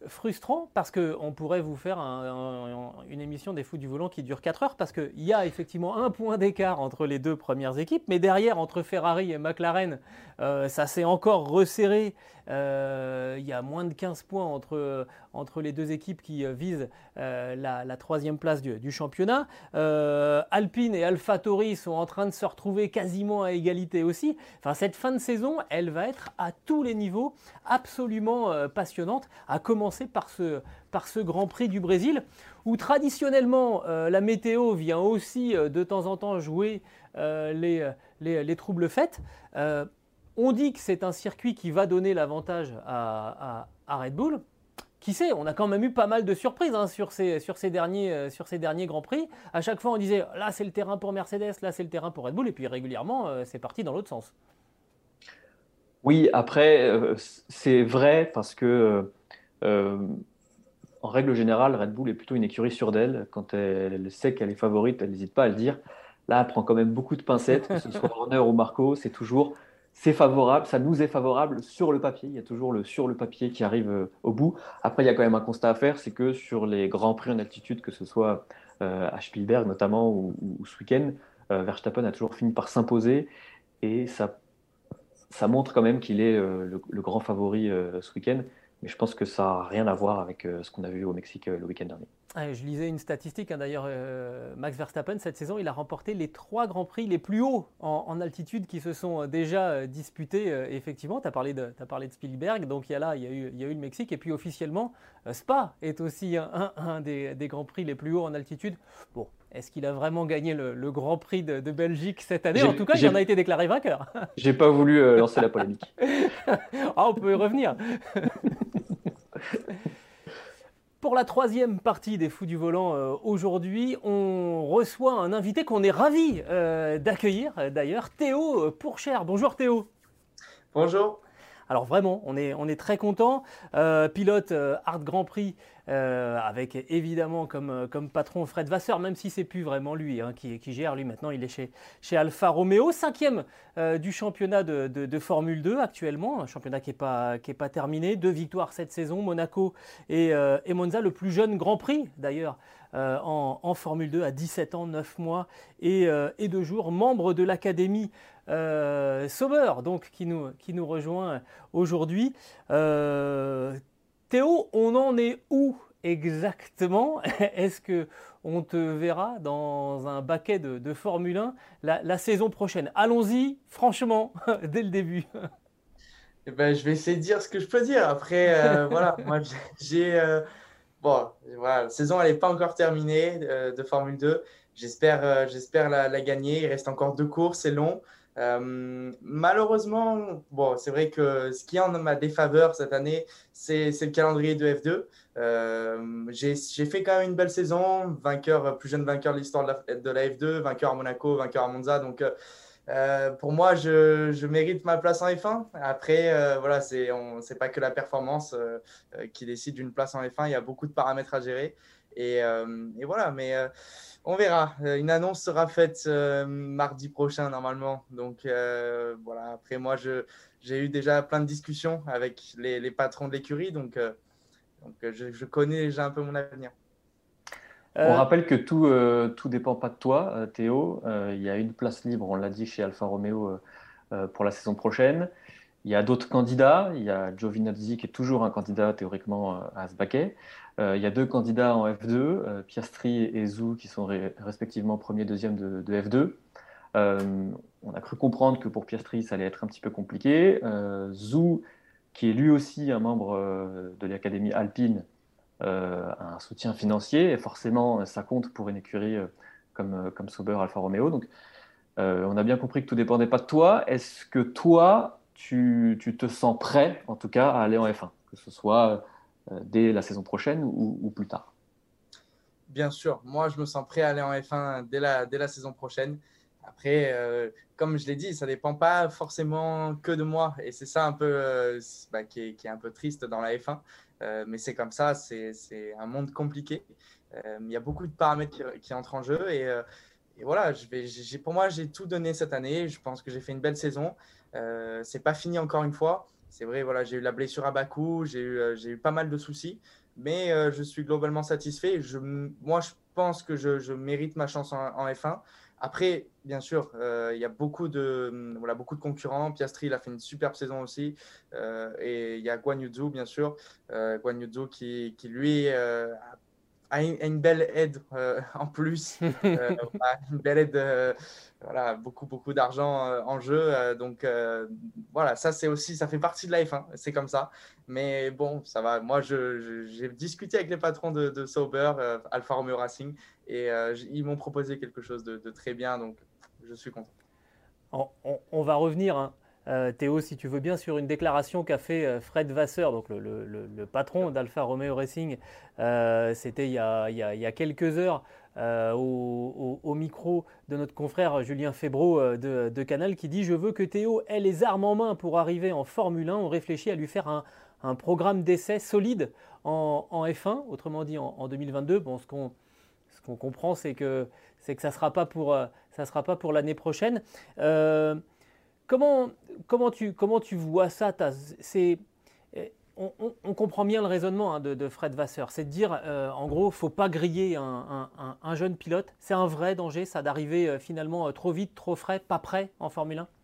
frustrant parce qu'on pourrait vous faire un, un, une émission des Fous du Volant qui dure quatre heures parce qu'il y a effectivement un point d'écart entre les deux premières équipes, mais derrière, entre Ferrari et McLaren, euh, ça s'est encore resserré. Euh, il y a moins de quinze points entre, entre les deux équipes qui visent euh, la, la troisième place du, du championnat. Euh, Alpine et AlphaTauri sont en train de se retrouver quasiment à égalité aussi. Enfin, cette fin de saison, elle va être à tous les niveaux absolument euh, passionnante, à commencer par ce, par ce Grand Prix du Brésil, où traditionnellement euh, la météo vient aussi euh, de temps en temps jouer euh, les, les, les troubles faits. Euh, On dit que c'est un circuit qui va donner l'avantage à, à, à Red Bull. Qui sait, on a quand même eu pas mal de surprises hein, sur, ces, sur, ces derniers, euh, sur ces derniers Grands Prix. À chaque fois, on disait là, c'est le terrain pour Mercedes, là, c'est le terrain pour Red Bull. Et puis régulièrement, euh, c'est parti dans l'autre sens. Oui, après, euh, c'est vrai parce que, euh, en règle générale, Red Bull est plutôt une écurie sûre d'elle. Quand elle sait qu'elle est favorite, elle n'hésite pas à le dire. Là, elle prend quand même beaucoup de pincettes, que ce soit Horner ou Marco, c'est toujours. C'est favorable, ça nous est favorable sur le papier. Il y a toujours le sur le papier qui arrive euh, au bout. Après, il y a quand même un constat à faire, c'est que sur les grands prix en altitude, que ce soit euh, à Spielberg notamment ou, ou, ou ce week-end, euh, Verstappen a toujours fini par s'imposer et ça, ça montre quand même qu'il est euh, le, le grand favori euh, ce week-end. Mais je pense que ça n'a rien à voir avec euh, ce qu'on a vu au Mexique euh, le week-end dernier. Je lisais une statistique, hein, d'ailleurs, euh, Max Verstappen, cette saison, il a remporté les trois Grands Prix les plus hauts en, en altitude qui se sont déjà euh, disputés. Euh, effectivement, tu as parlé de, t'as parlé de Spielberg, donc il y a là, il y a eu, il y a eu le Mexique, et puis officiellement, euh, Spa est aussi un, un, un des, des Grands Prix les plus hauts en altitude. Bon, est-ce qu'il a vraiment gagné le, le Grand Prix de, de Belgique cette année? J'ai, En tout cas, il en a été déclaré vainqueur. J'ai pas voulu euh, lancer la polémique. Ah, on peut y revenir. Pour la troisième partie des Fous du Volant, euh, aujourd'hui, on reçoit un invité qu'on est ravi euh, d'accueillir, euh, d'ailleurs, Théo Pourchère. Bonjour Théo. Bonjour. Alors vraiment, on est, on est très content. Euh, pilote euh, Hard Grand Prix euh, avec évidemment comme, comme patron Fred Vasseur, même si c'est plus vraiment lui hein, qui, qui gère. Lui maintenant, il est chez, chez Alfa Romeo, cinquième euh, du championnat de, de, de Formule deux actuellement, un championnat qui n'est pas, qui est pas terminé. Deux victoires cette saison, Monaco et, euh, et Monza, le plus jeune Grand Prix d'ailleurs. Euh, en, en Formule deux à dix-sept ans, neuf mois et, euh, et deux jours, membre de l'académie euh, Sauber, donc qui nous, qui nous rejoint aujourd'hui. Euh, Théo, on en est où exactement? Est-ce qu'on te verra dans un baquet de, de Formule un la, la saison prochaine? Allons-y, franchement, dès le début. Eh ben, je vais essayer de dire ce que je peux dire. Après, euh, voilà, moi j'ai... Euh... Bon, voilà, la saison elle n'est pas encore terminée euh, de Formule deux. J'espère, euh, j'espère la, la gagner. Il reste encore deux courses, c'est long. Euh, malheureusement, bon, c'est vrai que ce qui en a ma défaveur cette année, c'est, c'est le calendrier de F deux. Euh, j'ai, j'ai fait quand même une belle saison, vainqueur, plus jeune vainqueur de l'histoire de la, de la F deux, vainqueur à Monaco, vainqueur à Monza. Donc, euh, pour moi, je, je mérite ma place en F un. Après, euh, voilà, c'est, on, c'est pas que la performance euh, euh, qui décide d'une place en F un. Il y a beaucoup de paramètres à gérer. Et, euh, et voilà, mais euh, on verra. Une annonce sera faite euh, mardi prochain normalement. Donc euh, voilà, après moi, je, j'ai eu déjà plein de discussions avec les, les patrons de l'écurie. Donc, euh, donc je, je connais déjà un peu mon avenir. Euh... On rappelle que tout ne euh, tout dépend pas de toi, euh, Théo. Euh, il y a une place libre, on l'a dit, chez Alfa Romeo euh, pour la saison prochaine. Il y a d'autres candidats. Il y a Giovinazzi qui est toujours un candidat théoriquement à ce baquet. Euh, il y a deux candidats en F deux, euh, Piastri et Zhou, qui sont ré- respectivement premier et deuxième de, de F deux. Euh, on a cru comprendre que pour Piastri, ça allait être un petit peu compliqué. Euh, Zhou, qui est lui aussi un membre euh, de l'académie Alpine, euh, a un soutien financier. Et forcément, ça compte pour une écurie euh, comme, comme Sauber, Alfa Romeo. Donc, euh, on a bien compris que tout ne dépendait pas de toi. Est-ce que toi, tu, tu te sens prêt, en tout cas, à aller en F un, que ce soit euh, dès la saison prochaine ou, ou plus tard? Bien sûr, moi, je me sens prêt à aller en F un dès la, dès la saison prochaine. Après, euh, comme je l'ai dit, ça ne dépend pas forcément que de moi. Et c'est ça un peu euh, bah, qui, est, qui est un peu triste dans la F un. Euh, mais c'est comme ça, c'est, c'est un monde compliqué. Euh, il y a beaucoup de paramètres qui, qui entrent en jeu. Et, euh, et voilà, je vais, j'ai, pour moi, j'ai tout donné cette année. Je pense que j'ai fait une belle saison. Euh, ce n'est pas fini encore une fois. c'est vrai, voilà, j'ai eu la blessure à Bakou, j'ai eu, euh, j'ai eu pas mal de soucis, mais euh, je suis globalement satisfait. Je, moi, je pense que je, je mérite ma chance en, en F un. Après, bien sûr, euh, il y a beaucoup de, voilà, beaucoup de concurrents. Piastri, il a fait une superbe saison aussi. Euh, et il y a Guan Yu Zhou, bien sûr. Euh, Guan Yu Zhou qui, qui lui, euh, a une, a une belle aide euh, en plus. Euh, voilà, une belle aide, euh, voilà, beaucoup, beaucoup d'argent euh, en jeu. Euh, donc, euh, voilà, ça, c'est aussi, ça fait partie de la F un. C'est comme ça. Mais bon, ça va. Moi, je, je, j'ai discuté avec les patrons de, de Sauber, euh, Alfa Romeo Racing, et euh, ils m'ont proposé quelque chose de, de très bien. Donc, je suis content. On, on, on va revenir, hein, euh, Théo, si tu veux bien, sur une déclaration qu'a fait euh, Fred Vasseur, donc le, le, le patron d'Alfa Romeo Racing. Euh, c'était il y, a, il, y a, il y a quelques heures euh, au, au, au micro de notre confrère Julien Febvreau euh, de, de Canal, qui dit « Je veux que Théo ait les armes en main pour arriver en Formule un. On réfléchit à lui faire un, un programme d'essai solide en, en F un, autrement dit en, en deux mille vingt-deux. » Bon, ce qu'on ce qu'on comprend, c'est que, c'est que ça ne sera pas pour, ça sera pas pour l'année prochaine. Euh, comment, comment, tu, comment tu vois ça? c'est, on, on, on comprend bien le raisonnement hein, de, de Fred Vasseur. C'est de dire, euh, en gros, il ne faut pas griller un, un, un, un jeune pilote. C'est un vrai danger, ça, d'arriver euh, finalement euh, trop vite, trop frais, pas prêt en Formule un?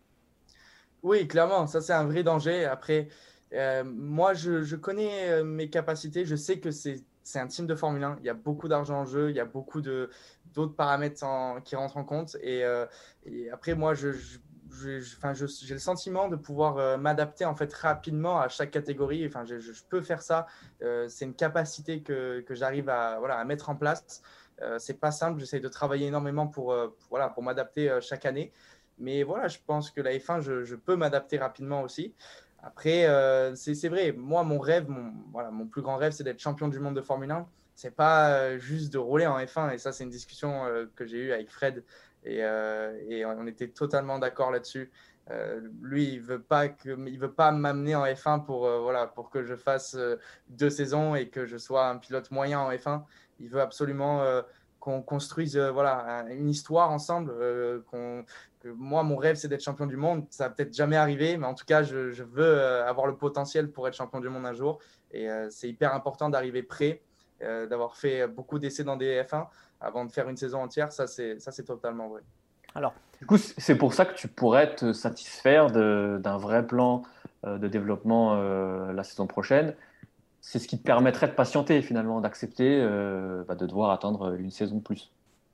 Oui, clairement, ça c'est un vrai danger. Après, euh, moi, je, je connais euh, mes capacités. Je sais que c'est c'est un team de Formule un. Il y a beaucoup d'argent en jeu. Il y a beaucoup de, d'autres paramètres en- qui rentrent en compte. Et, euh, et après, moi, je, je, je- je- enfin, je- j'ai le sentiment de pouvoir euh, m'adapter en fait rapidement à chaque catégorie. Enfin, je, je- je peux faire ça. Euh, c'est une capacité que, que j'arrive à, voilà, à mettre en place. Euh, c'est pas simple. J'essaie de travailler énormément pour, euh, pour, voilà, pour m'adapter euh, chaque année. Mais voilà, je pense que la F un, je, je peux m'adapter rapidement aussi. Après, euh, c'est, c'est vrai, moi, mon rêve, mon, voilà, mon plus grand rêve, c'est d'être champion du monde de Formule un. C'est pas euh, juste de rouler en F un. Et ça, c'est une discussion euh, que j'ai eue avec Fred. Et, euh, et on était totalement d'accord là-dessus. Euh, lui, il veut pas que, il veut pas m'amener en F un pour, euh, voilà, pour que je fasse euh, deux saisons et que je sois un pilote moyen en F un. Il veut absolument euh, qu'on construise euh, voilà, une histoire ensemble, euh, qu'on que moi, mon rêve, c'est d'être champion du monde. Ça va peut-être jamais arriver, mais en tout cas, je, je veux euh, avoir le potentiel pour être champion du monde un jour. Et euh, c'est hyper important d'arriver prêt, euh, d'avoir fait beaucoup d'essais dans des F un avant de faire une saison entière. Ça, c'est, ça, c'est totalement vrai. Alors, Du coup, c'est pour ça que tu pourrais te satisfaire de- d'un vrai plan euh, de développement euh, la saison prochaine. C'est ce qui te permettrait de patienter finalement, d'accepter euh, bah, de devoir attendre une saison de plus.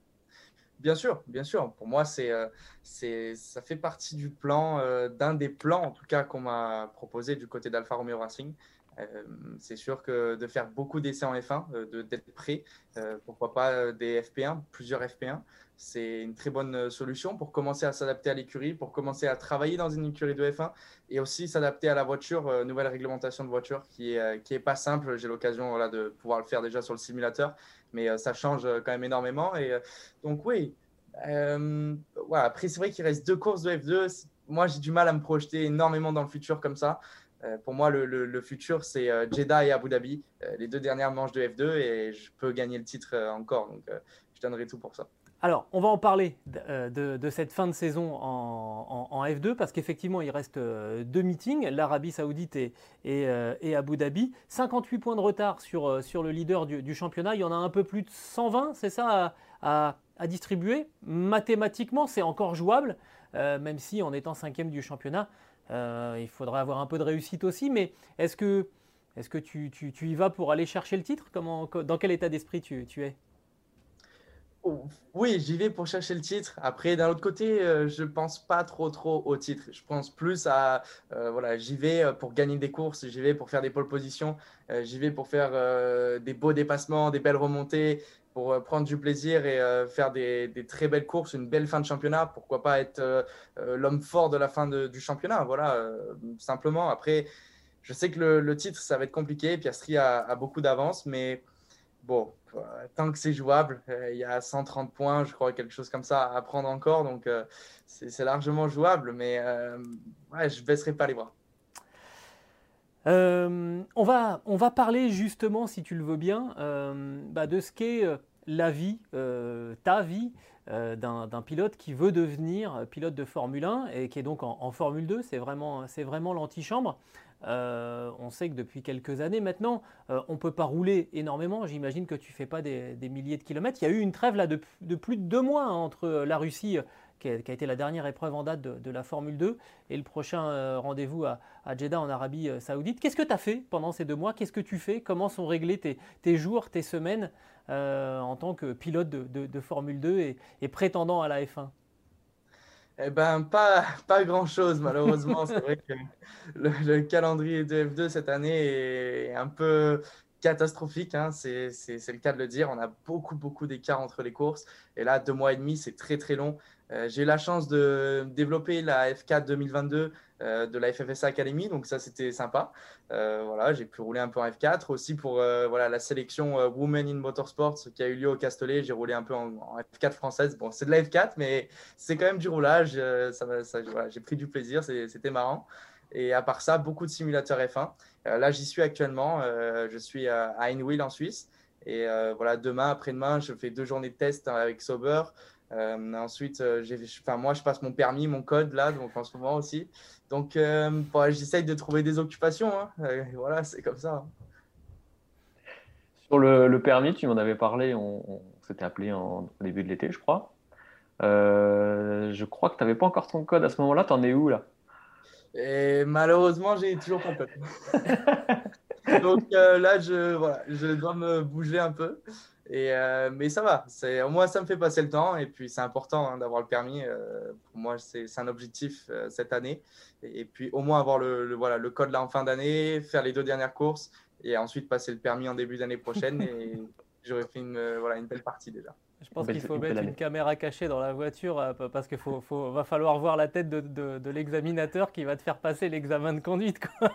Bien sûr, bien sûr. Pour moi, c'est, euh, c'est, ça fait partie du plan, euh, d'un des plans en tout cas qu'on m'a proposé du côté d'Alfa Romeo Racing. Euh, c'est sûr que de faire beaucoup d'essais en F un, euh, de, d'être prêt, euh, pourquoi pas euh, des F P un, plusieurs F P un, c'est une très bonne euh, solution pour commencer à s'adapter à l'écurie, pour commencer à travailler dans une écurie de F un et aussi s'adapter à la voiture, euh, nouvelle réglementation de voiture qui est, euh, qui est pas simple. J'ai l'occasion voilà, de pouvoir le faire déjà sur le simulateur, mais euh, ça change euh, quand même énormément. Et euh, donc oui, euh, voilà. Après c'est vrai qu'il reste deux courses de F deux. Moi j'ai du mal à me projeter énormément dans le futur comme ça. Euh, pour moi le, le, le futur c'est euh, Jeddah et Abu Dhabi, euh, les deux dernières manches de F deux, et je peux gagner le titre euh, encore, donc euh, je donnerai tout pour ça. Alors, on va en parler de, de, de cette fin de saison en, en, en F deux parce qu'effectivement, il reste euh, deux meetings, l'Arabie Saoudite et, et, euh, et Abu Dhabi. cinquante-huit points de retard sur, euh, sur le leader du, du championnat. Il y en a un peu plus de cent vingt, c'est ça, à, à, à distribuer. Mathématiquement, c'est encore jouable, euh, même si en étant cinquième du championnat, euh, il faudrait avoir un peu de réussite aussi. Mais est-ce que, est-ce que tu, tu, tu y vas pour aller chercher le titre? Comment, dans quel état d'esprit tu, tu es? Oui, j'y vais pour chercher le titre. Après, d'un autre côté, euh, je pense pas trop trop au titre. Je pense plus à, euh, voilà, j'y vais euh, pour gagner des courses, j'y vais pour faire des pole positions, euh, j'y vais pour faire euh, des beaux dépassements, des belles remontées, pour euh, prendre du plaisir et euh, faire des, des très belles courses, une belle fin de championnat. Pourquoi pas être euh, euh, l'homme fort de la fin de- du championnat, voilà, euh, simplement. Après, je sais que le, le titre, ça va être compliqué. Piastri a, a beaucoup d'avance, mais bon, euh, tant que c'est jouable, euh, il y a cent trente points, je crois, quelque chose comme ça à prendre encore. Donc, euh, c'est c'est largement jouable, mais euh, ouais, je ne baisserai pas les bras. Euh, on, va, on va parler justement, si tu le veux bien, euh, bah, de ce qu'est euh, la vie, euh, ta vie euh, d'un, d'un pilote qui veut devenir pilote de Formule un et qui est donc en, en Formule deux. C'est vraiment, c'est vraiment l'antichambre. Euh, on sait que depuis quelques années maintenant, euh, on ne peut pas rouler énormément. J'imagine que tu ne fais pas des, des milliers de kilomètres. Il y a eu une trêve là, de, de plus de deux mois hein, entre la Russie, qui a, qui a été la dernière épreuve en date de, de la Formule deux, et le prochain euh, rendez-vous à, à Jeddah en Arabie Saoudite. Qu'est-ce que tu as fait pendant ces deux mois? Qu'est-ce que tu fais? Comment sont réglés tes, tes jours, tes semaines euh, en tant que pilote de, de, de Formule deux et, et prétendant à la F un? Eh ben, pas, pas grand-chose, malheureusement. C'est vrai que le, le calendrier de F deux cette année est un peu catastrophique, hein. C'est, c'est, c'est le cas de le dire. On a beaucoup, beaucoup d'écart entre les courses. Et là, deux mois et demi, c'est très, très long. Euh, j'ai eu la chance de développer la F quatre deux mille vingt-deux euh, de la F F S A Academy. Donc, ça, c'était sympa. Euh, voilà, j'ai pu rouler un peu en F quatre. Aussi pour euh, voilà, la sélection euh, Women in Motorsports qui a eu lieu au Castellet. J'ai roulé un peu en, en F quatre française. Bon, c'est de la F quatre, mais c'est quand même du roulage. Euh, ça, ça, voilà, j'ai pris du plaisir. C'est, c'était marrant. Et à part ça, beaucoup de simulateurs F un. Euh, là, j'y suis actuellement. Euh, je suis à, à Einwil en Suisse. Et euh, voilà, demain, après-demain, je fais deux journées de test avec Sauber. Euh, ensuite, euh, j'ai, enfin, moi, je passe mon permis, mon code là, donc en ce moment aussi. Donc, euh, bon, j'essaye de trouver des occupations. Hein. Euh, voilà, c'est comme ça. Hein. Sur le, le permis, tu m'en avais parlé, on, on s'était appelé en, au début de l'été, je crois. Euh, je crois que tu n'avais pas encore ton code à ce moment-là. Tu en es où là? Et malheureusement, j'ai toujours pas de code. Donc euh, là, je, voilà, je dois me bouger un peu. Et, euh, mais ça va, c'est, au moins ça me fait passer le temps. Et puis c'est important hein, d'avoir le permis. Euh, pour moi, c'est, c'est un objectif euh, cette année. Et, et puis au moins avoir le, le, voilà, le code là en fin d'année, faire les deux dernières courses et ensuite passer le permis en début d'année prochaine. Et j'aurais fait une, euh, voilà, une belle partie déjà. Je pense Belle- qu'il faut une belle mettre année. une caméra cachée dans la voiture euh, parce qu'il faut, faut, va falloir voir la tête de, de, de l'examinateur qui va te faire passer l'examen de conduite, quoi.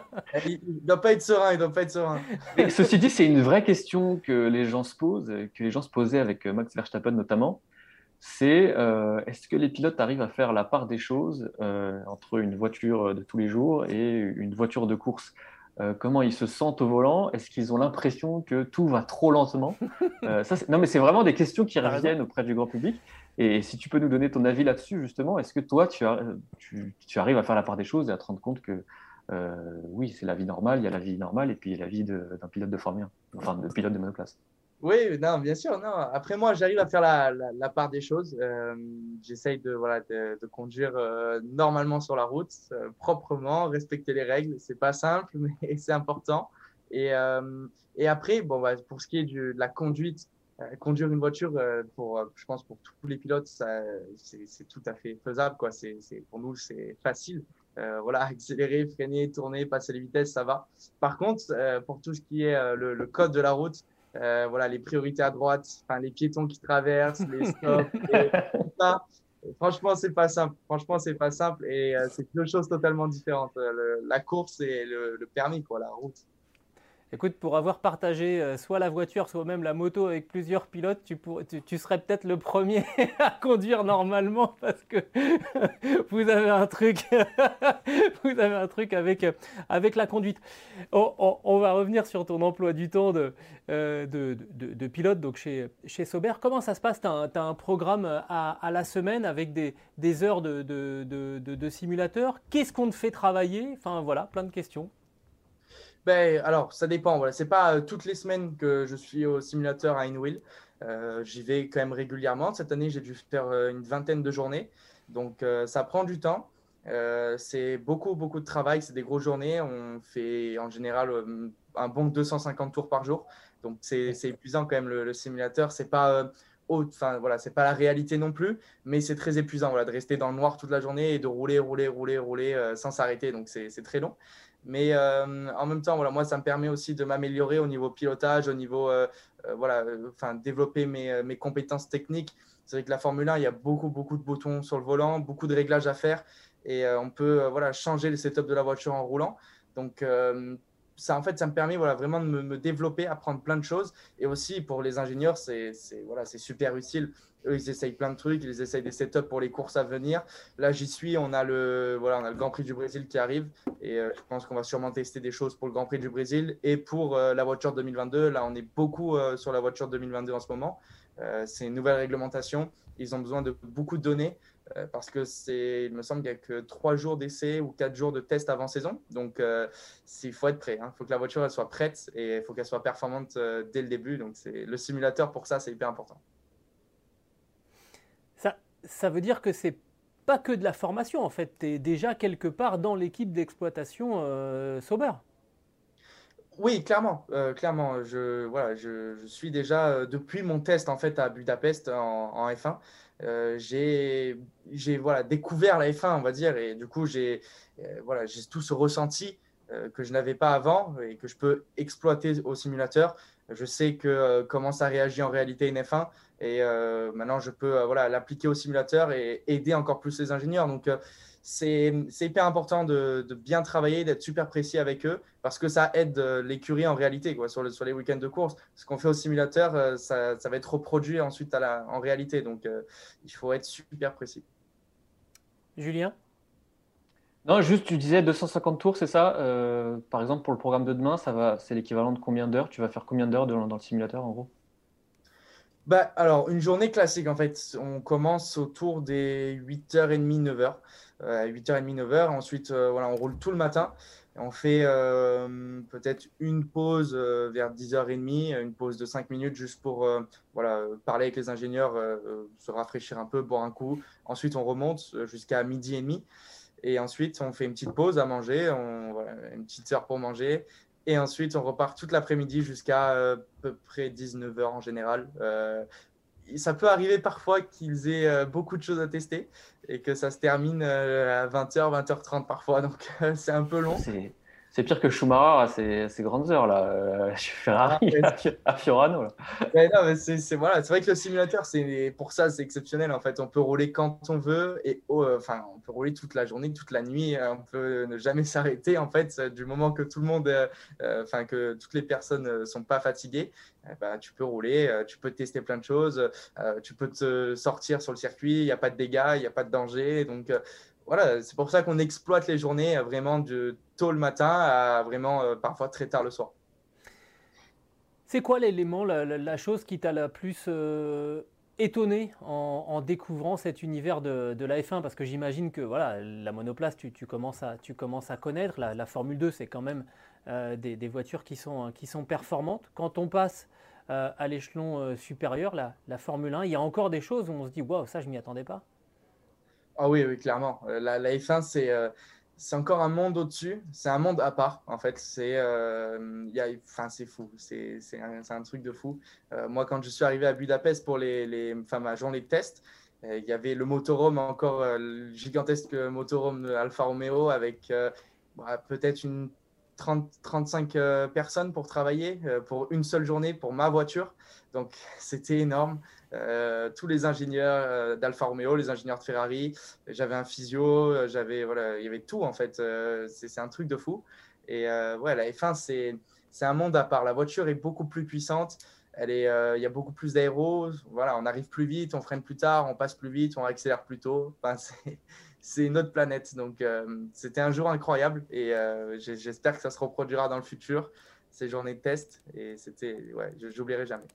Il ne doit pas être serein, il doit pas être serein. Mais ceci dit, c'est une vraie question que les gens se posent, que les gens se posaient avec Max Verstappen notamment. C'est euh, est-ce que les pilotes arrivent à faire la part des choses euh, entre une voiture de tous les jours et une voiture de course? Euh, comment ils se sentent au volant? Est-ce qu'ils ont l'impression que tout va trop lentement? Euh, ça, c'est- Non, mais c'est vraiment des questions qui T'as raison. reviennent auprès du grand public. Et si tu peux nous donner ton avis là-dessus, justement, est-ce que toi, tu, as, tu, tu arrives à faire la part des choses et à te rendre compte que euh, oui, c'est la vie normale, il y a la vie normale et puis il y a la vie de- d'un pilote de Formule un, enfin de pilote de monoplace. Oui, non, bien sûr. Non. Après, moi, j'arrive à faire la, la, la part des choses. Euh, j'essaye de, voilà, de, de conduire euh, normalement sur la route, euh, proprement, respecter les règles. C'est pas simple, mais c'est important. Et, euh, et après, bon, bah, pour ce qui est du, de la conduite, euh, conduire une voiture, euh, pour, euh, je pense pour tous les pilotes, ça, c'est, c'est tout à fait faisable, quoi. C'est, c'est, pour nous, c'est facile. Euh, voilà, accélérer, freiner, tourner, passer les vitesses, ça va. Par contre, euh, pour tout ce qui est euh, le, le code de la route, euh, voilà, les priorités à droite, enfin, les piétons qui traversent, les stops, et tout ça. Franchement, c'est pas simple. Franchement, c'est pas simple et euh, c'est deux choses totalement différentes. Euh, le- la course et le, le permis, quoi, la route. Écoute, pour avoir partagé euh, soit la voiture, soit même la moto avec plusieurs pilotes, tu, pour- tu, tu serais peut-être le premier à conduire normalement parce que vous avez un truc, vous avez un truc avec, euh, avec la conduite. On, on- on va revenir sur ton emploi du temps de, euh, de, de- de pilote donc chez, chez Sauber. Comment ça se passe? Tu as un, t'as un programme à, à la semaine avec des, des heures de, de, de, de- de simulateur. Qu'est-ce qu'on te fait travailler? Enfin voilà, plein de questions. Ben, alors, ça dépend. Voilà. C'est pas euh, toutes les semaines que je suis au simulateur à Einwil. Euh, j'y vais quand même régulièrement. Cette année, j'ai dû faire euh, une vingtaine de journées. Donc, euh, ça prend du temps. Euh, c'est beaucoup, beaucoup de travail. C'est des grosses journées. On fait en général euh, un bon deux cent cinquante tours par jour. Donc, c'est, c'est épuisant quand même le, le simulateur. C'est pas euh, haute, enfin, voilà, c'est pas la réalité non plus, mais c'est très épuisant voilà, de rester dans le noir toute la journée et de rouler, rouler, rouler, rouler euh, sans s'arrêter. Donc, c'est, c'est très long. Mais euh, en même temps, voilà, moi, ça me permet aussi de m'améliorer au niveau pilotage, au niveau, euh, euh, voilà, euh, enfin, développer mes, euh, mes compétences techniques. C'est vrai que la Formule un, il y a beaucoup, beaucoup de boutons sur le volant, beaucoup de réglages à faire et euh, on peut euh, voilà, changer le setup de la voiture en roulant. Donc, euh, ça, en fait, ça me permet voilà, vraiment de me, me développer, apprendre plein de choses. Et aussi, pour les ingénieurs, c'est, c'est, voilà, c'est super utile. Eux, ils essayent plein de trucs, ils essayent des setups pour les courses à venir. Là, j'y suis, on a le, voilà, on a le Grand Prix du Brésil qui arrive. Et euh, je pense qu'on va sûrement tester des choses pour le Grand Prix du Brésil et pour euh, la voiture deux mille vingt-deux. Là, on est beaucoup euh, sur la voiture deux mille vingt-deux en ce moment. Euh, c'est une nouvelle réglementation Ils ont besoin de beaucoup de données euh, parce que c'est, il me semble qu'il n'y a que trois jours d'essai ou quatre jours de test avant saison. Donc, euh, il faut être prêt. Il hein. faut que la voiture elle soit prête et il faut qu'elle soit performante euh, dès le début. Donc, c'est, le simulateur, pour ça, c'est hyper important. Ça, ça veut dire que c'est pas que de la formation, en fait. Tu es déjà quelque part dans l'équipe d'exploitation euh, Sauber. Oui, clairement. Euh, clairement. Je, voilà, je, je suis déjà, euh, depuis mon test en fait, à Budapest en, en F un, euh, j'ai, j'ai voilà, découvert la F un, on va dire. Et du coup, j'ai euh, voilà, j'ai tout ce ressenti euh, que je n'avais pas avant et que je peux exploiter au simulateur. Je sais que, euh, comment ça réagit en réalité une F un. Et euh, maintenant, je peux euh, voilà, l'appliquer au simulateur et aider encore plus les ingénieurs. Donc, euh, c'est, c'est hyper important de, de bien travailler, d'être super précis avec eux parce que ça aide euh, l'écurie en réalité, quoi, sur, le, sur les week-ends de course. Ce qu'on fait au simulateur, euh, ça, ça va être reproduit ensuite à la, en réalité. Donc, euh, il faut être super précis. Julien? Non, juste, tu disais deux cent cinquante tours, c'est ça? Euh, par exemple, pour le programme de demain, ça va, c'est l'équivalent de combien d'heures? Tu vas faire combien d'heures dans, dans le simulateur, en gros? Bah, alors, une journée classique, en fait, on commence autour des huit heures trente, neuf heures. Euh, huit heures trente, neuf heures. Ensuite, euh, voilà, on roule tout le matin. Et on fait euh, peut-être une pause euh, vers dix heures trente, une pause de cinq minutes juste pour euh, voilà, parler avec les ingénieurs, euh, euh, se rafraîchir un peu, boire un coup. Ensuite, on remonte euh, jusqu'à midi et demi. Et ensuite, on fait une petite pause à manger, on, voilà, une petite heure pour manger. Et ensuite, on repart toute l'après-midi jusqu'à euh, à peu près dix-neuf heures en général. Euh, ça peut arriver parfois qu'ils aient euh, beaucoup de choses à tester et que ça se termine euh, à vingt heures, vingt heures trente parfois. Donc, euh, c'est un peu long. C'est, c'est pire que Schumacher à ces, à ces grandes heures, là. Euh, chez Ferrari, Ah, à, Fi- à Fiorano, là. Ouais, non, mais c'est, c'est, voilà, c'est vrai que le simulateur, c'est, pour ça, c'est exceptionnel. En fait, on peut rouler quand on veut et oh, euh, enfin, on peut rouler toute la journée, toute la nuit. euh, On peut ne jamais s'arrêter. En fait, euh, du moment que tout le monde, euh, euh, enfin, que toutes les personnes ne sont pas fatiguées, eh ben, tu peux rouler, euh, tu peux tester plein de choses, euh, tu peux te sortir sur le circuit. Il n'y a pas de dégâts, il n'y a pas de danger. Donc, euh, voilà, c'est pour ça qu'on exploite les journées euh, vraiment de tôt le matin à vraiment euh, parfois très tard le soir. C'est quoi l'élément, la, la- la chose qui t'a la plus euh, étonné en, en découvrant cet univers de, de la F un? Parce que j'imagine que voilà, la monoplace, tu, tu commences, à, tu commences à connaître. La, la Formule deux, c'est quand même euh, des, des voitures qui sont, qui sont performantes. Quand on passe euh, à l'échelon euh, supérieur, la, la Formule un, il y a encore des choses où on se dit waouh, ça, je m'y attendais pas. Ah oui, oui, clairement. Euh, La, la F un, c'est euh, c'est encore un monde au-dessus. C'est un monde à part, en fait. C'est euh, il y a, enfin, c'est fou. C'est c'est un, c'est un truc de fou. Euh, moi, quand je suis arrivé à Budapest pour les, les, enfin, ma journée de test, euh, il y avait le motorhome, encore euh, le gigantesque motorhome de Alfa Romeo avec euh, bah, peut-être une trente, trente-cinq euh, personnes pour travailler euh, pour une seule journée pour ma voiture. Donc, c'était énorme. Euh, tous les ingénieurs euh, d'Alfa Romeo, les ingénieurs de Ferrari, j'avais un physio, euh, j'avais, voilà, il y avait tout en fait. Euh, c'est, c'est un truc de fou. Et euh, ouais, la F un, c'est, c'est un monde à part. La voiture est beaucoup plus puissante. Elle est, euh, il y a beaucoup plus d'aéro. Voilà, on arrive plus vite, on freine plus tard, on passe plus vite, on accélère plus tôt. Enfin, c'est, c'est une autre planète. Donc, euh, c'était un jour incroyable et euh, j'espère que ça se reproduira dans le futur, ces journées de test. Et c'était, ouais, je n'oublierai jamais.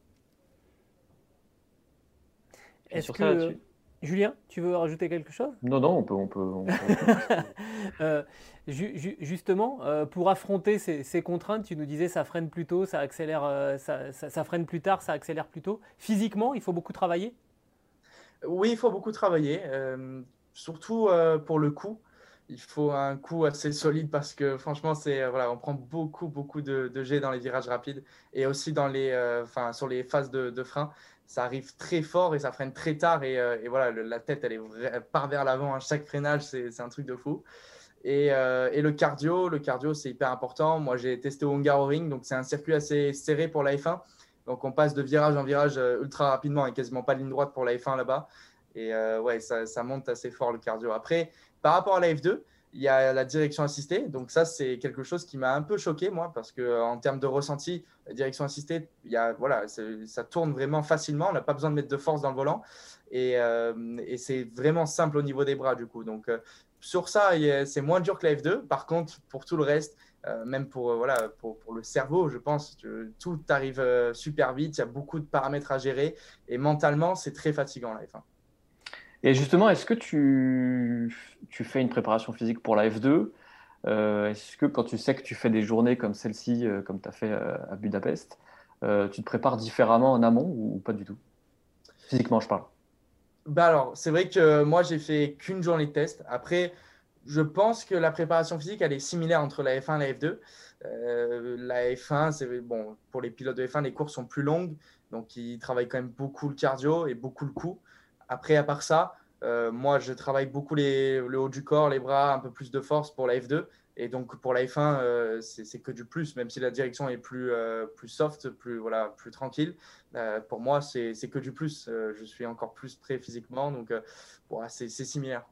Puis Est-ce sur que, ça, euh, là-dessus. Julien, tu veux rajouter quelque chose? Non, non, on peut, on peut, on peut- Euh, ju- ju- justement, euh, pour affronter ces, ces contraintes, tu nous disais ça freine plus tôt, ça accélère, euh, ça, ça- ça freine plus tard, ça accélère plus tôt. Physiquement, il faut beaucoup travailler. Oui, il faut beaucoup travailler, euh, surtout euh, pour le coup. Il faut un coup assez solide parce que franchement, c'est, euh, voilà, on prend beaucoup, beaucoup de, de jets dans les virages rapides et aussi dans les, euh, enfin, sur les phases de, de frein. Ça arrive très fort et ça freine très tard. Et, euh, et voilà, le- la tête, elle, est vra- elle part vers l'avant à chaque freinage. C'est, c'est un truc de fou. Et, euh, et le cardio, le cardio, c'est hyper important. Moi, j'ai testé au Hungaroring, donc c'est un circuit assez serré pour la F un. Donc, on passe de virage en virage euh, ultra rapidement et quasiment pas de ligne droite pour la F un là-bas. Et euh, ouais, ça, ça monte assez fort le cardio. Après, par rapport à la F deux, il y a la direction assistée. Donc, ça, c'est quelque chose qui m'a un peu choqué, moi, parce qu'en termes de ressenti, la direction assistée, il y a, voilà, c'est- ça tourne vraiment facilement. On n'a pas besoin de mettre de force dans le volant. Et, euh, et c'est vraiment simple au niveau des bras, du coup. Donc, euh, sur ça, il y a- c'est moins dur que la F deux. Par contre, pour tout le reste, euh, même pour, euh, voilà, pour, pour le cerveau, je pense, que tout arrive euh, super vite. Il y a beaucoup de paramètres à gérer. Et mentalement, c'est très fatigant, la F un. Et justement, est-ce que tu, tu fais une préparation physique pour la F deux? Euh, est-ce que quand tu sais que tu fais des journées comme celle-ci, euh, comme tu as fait euh, à Budapest, euh, tu te prépares différemment en amont ou, ou pas du tout? Physiquement, je parle. Bah alors, c'est vrai que moi, j'ai fait qu'une journée de test. Après, je pense que la préparation physique, elle est similaire entre la F un et la F deux. Euh, la F un, c'est bon, pour les pilotes de F un, les courses sont plus longues, donc ils travaillent quand même beaucoup le cardio et beaucoup le cou. Après, à part ça, euh, moi, je travaille beaucoup les, le haut du corps, les bras, un peu plus de force pour la F deux. Et donc, pour la F un, euh, c'est, c'est que du plus, même si la direction est plus, euh, plus soft, plus, voilà, plus tranquille. Euh, pour moi, c'est, c'est que du plus. Euh, je suis encore plus prêt physiquement, donc euh, voilà, c'est, c'est similaire.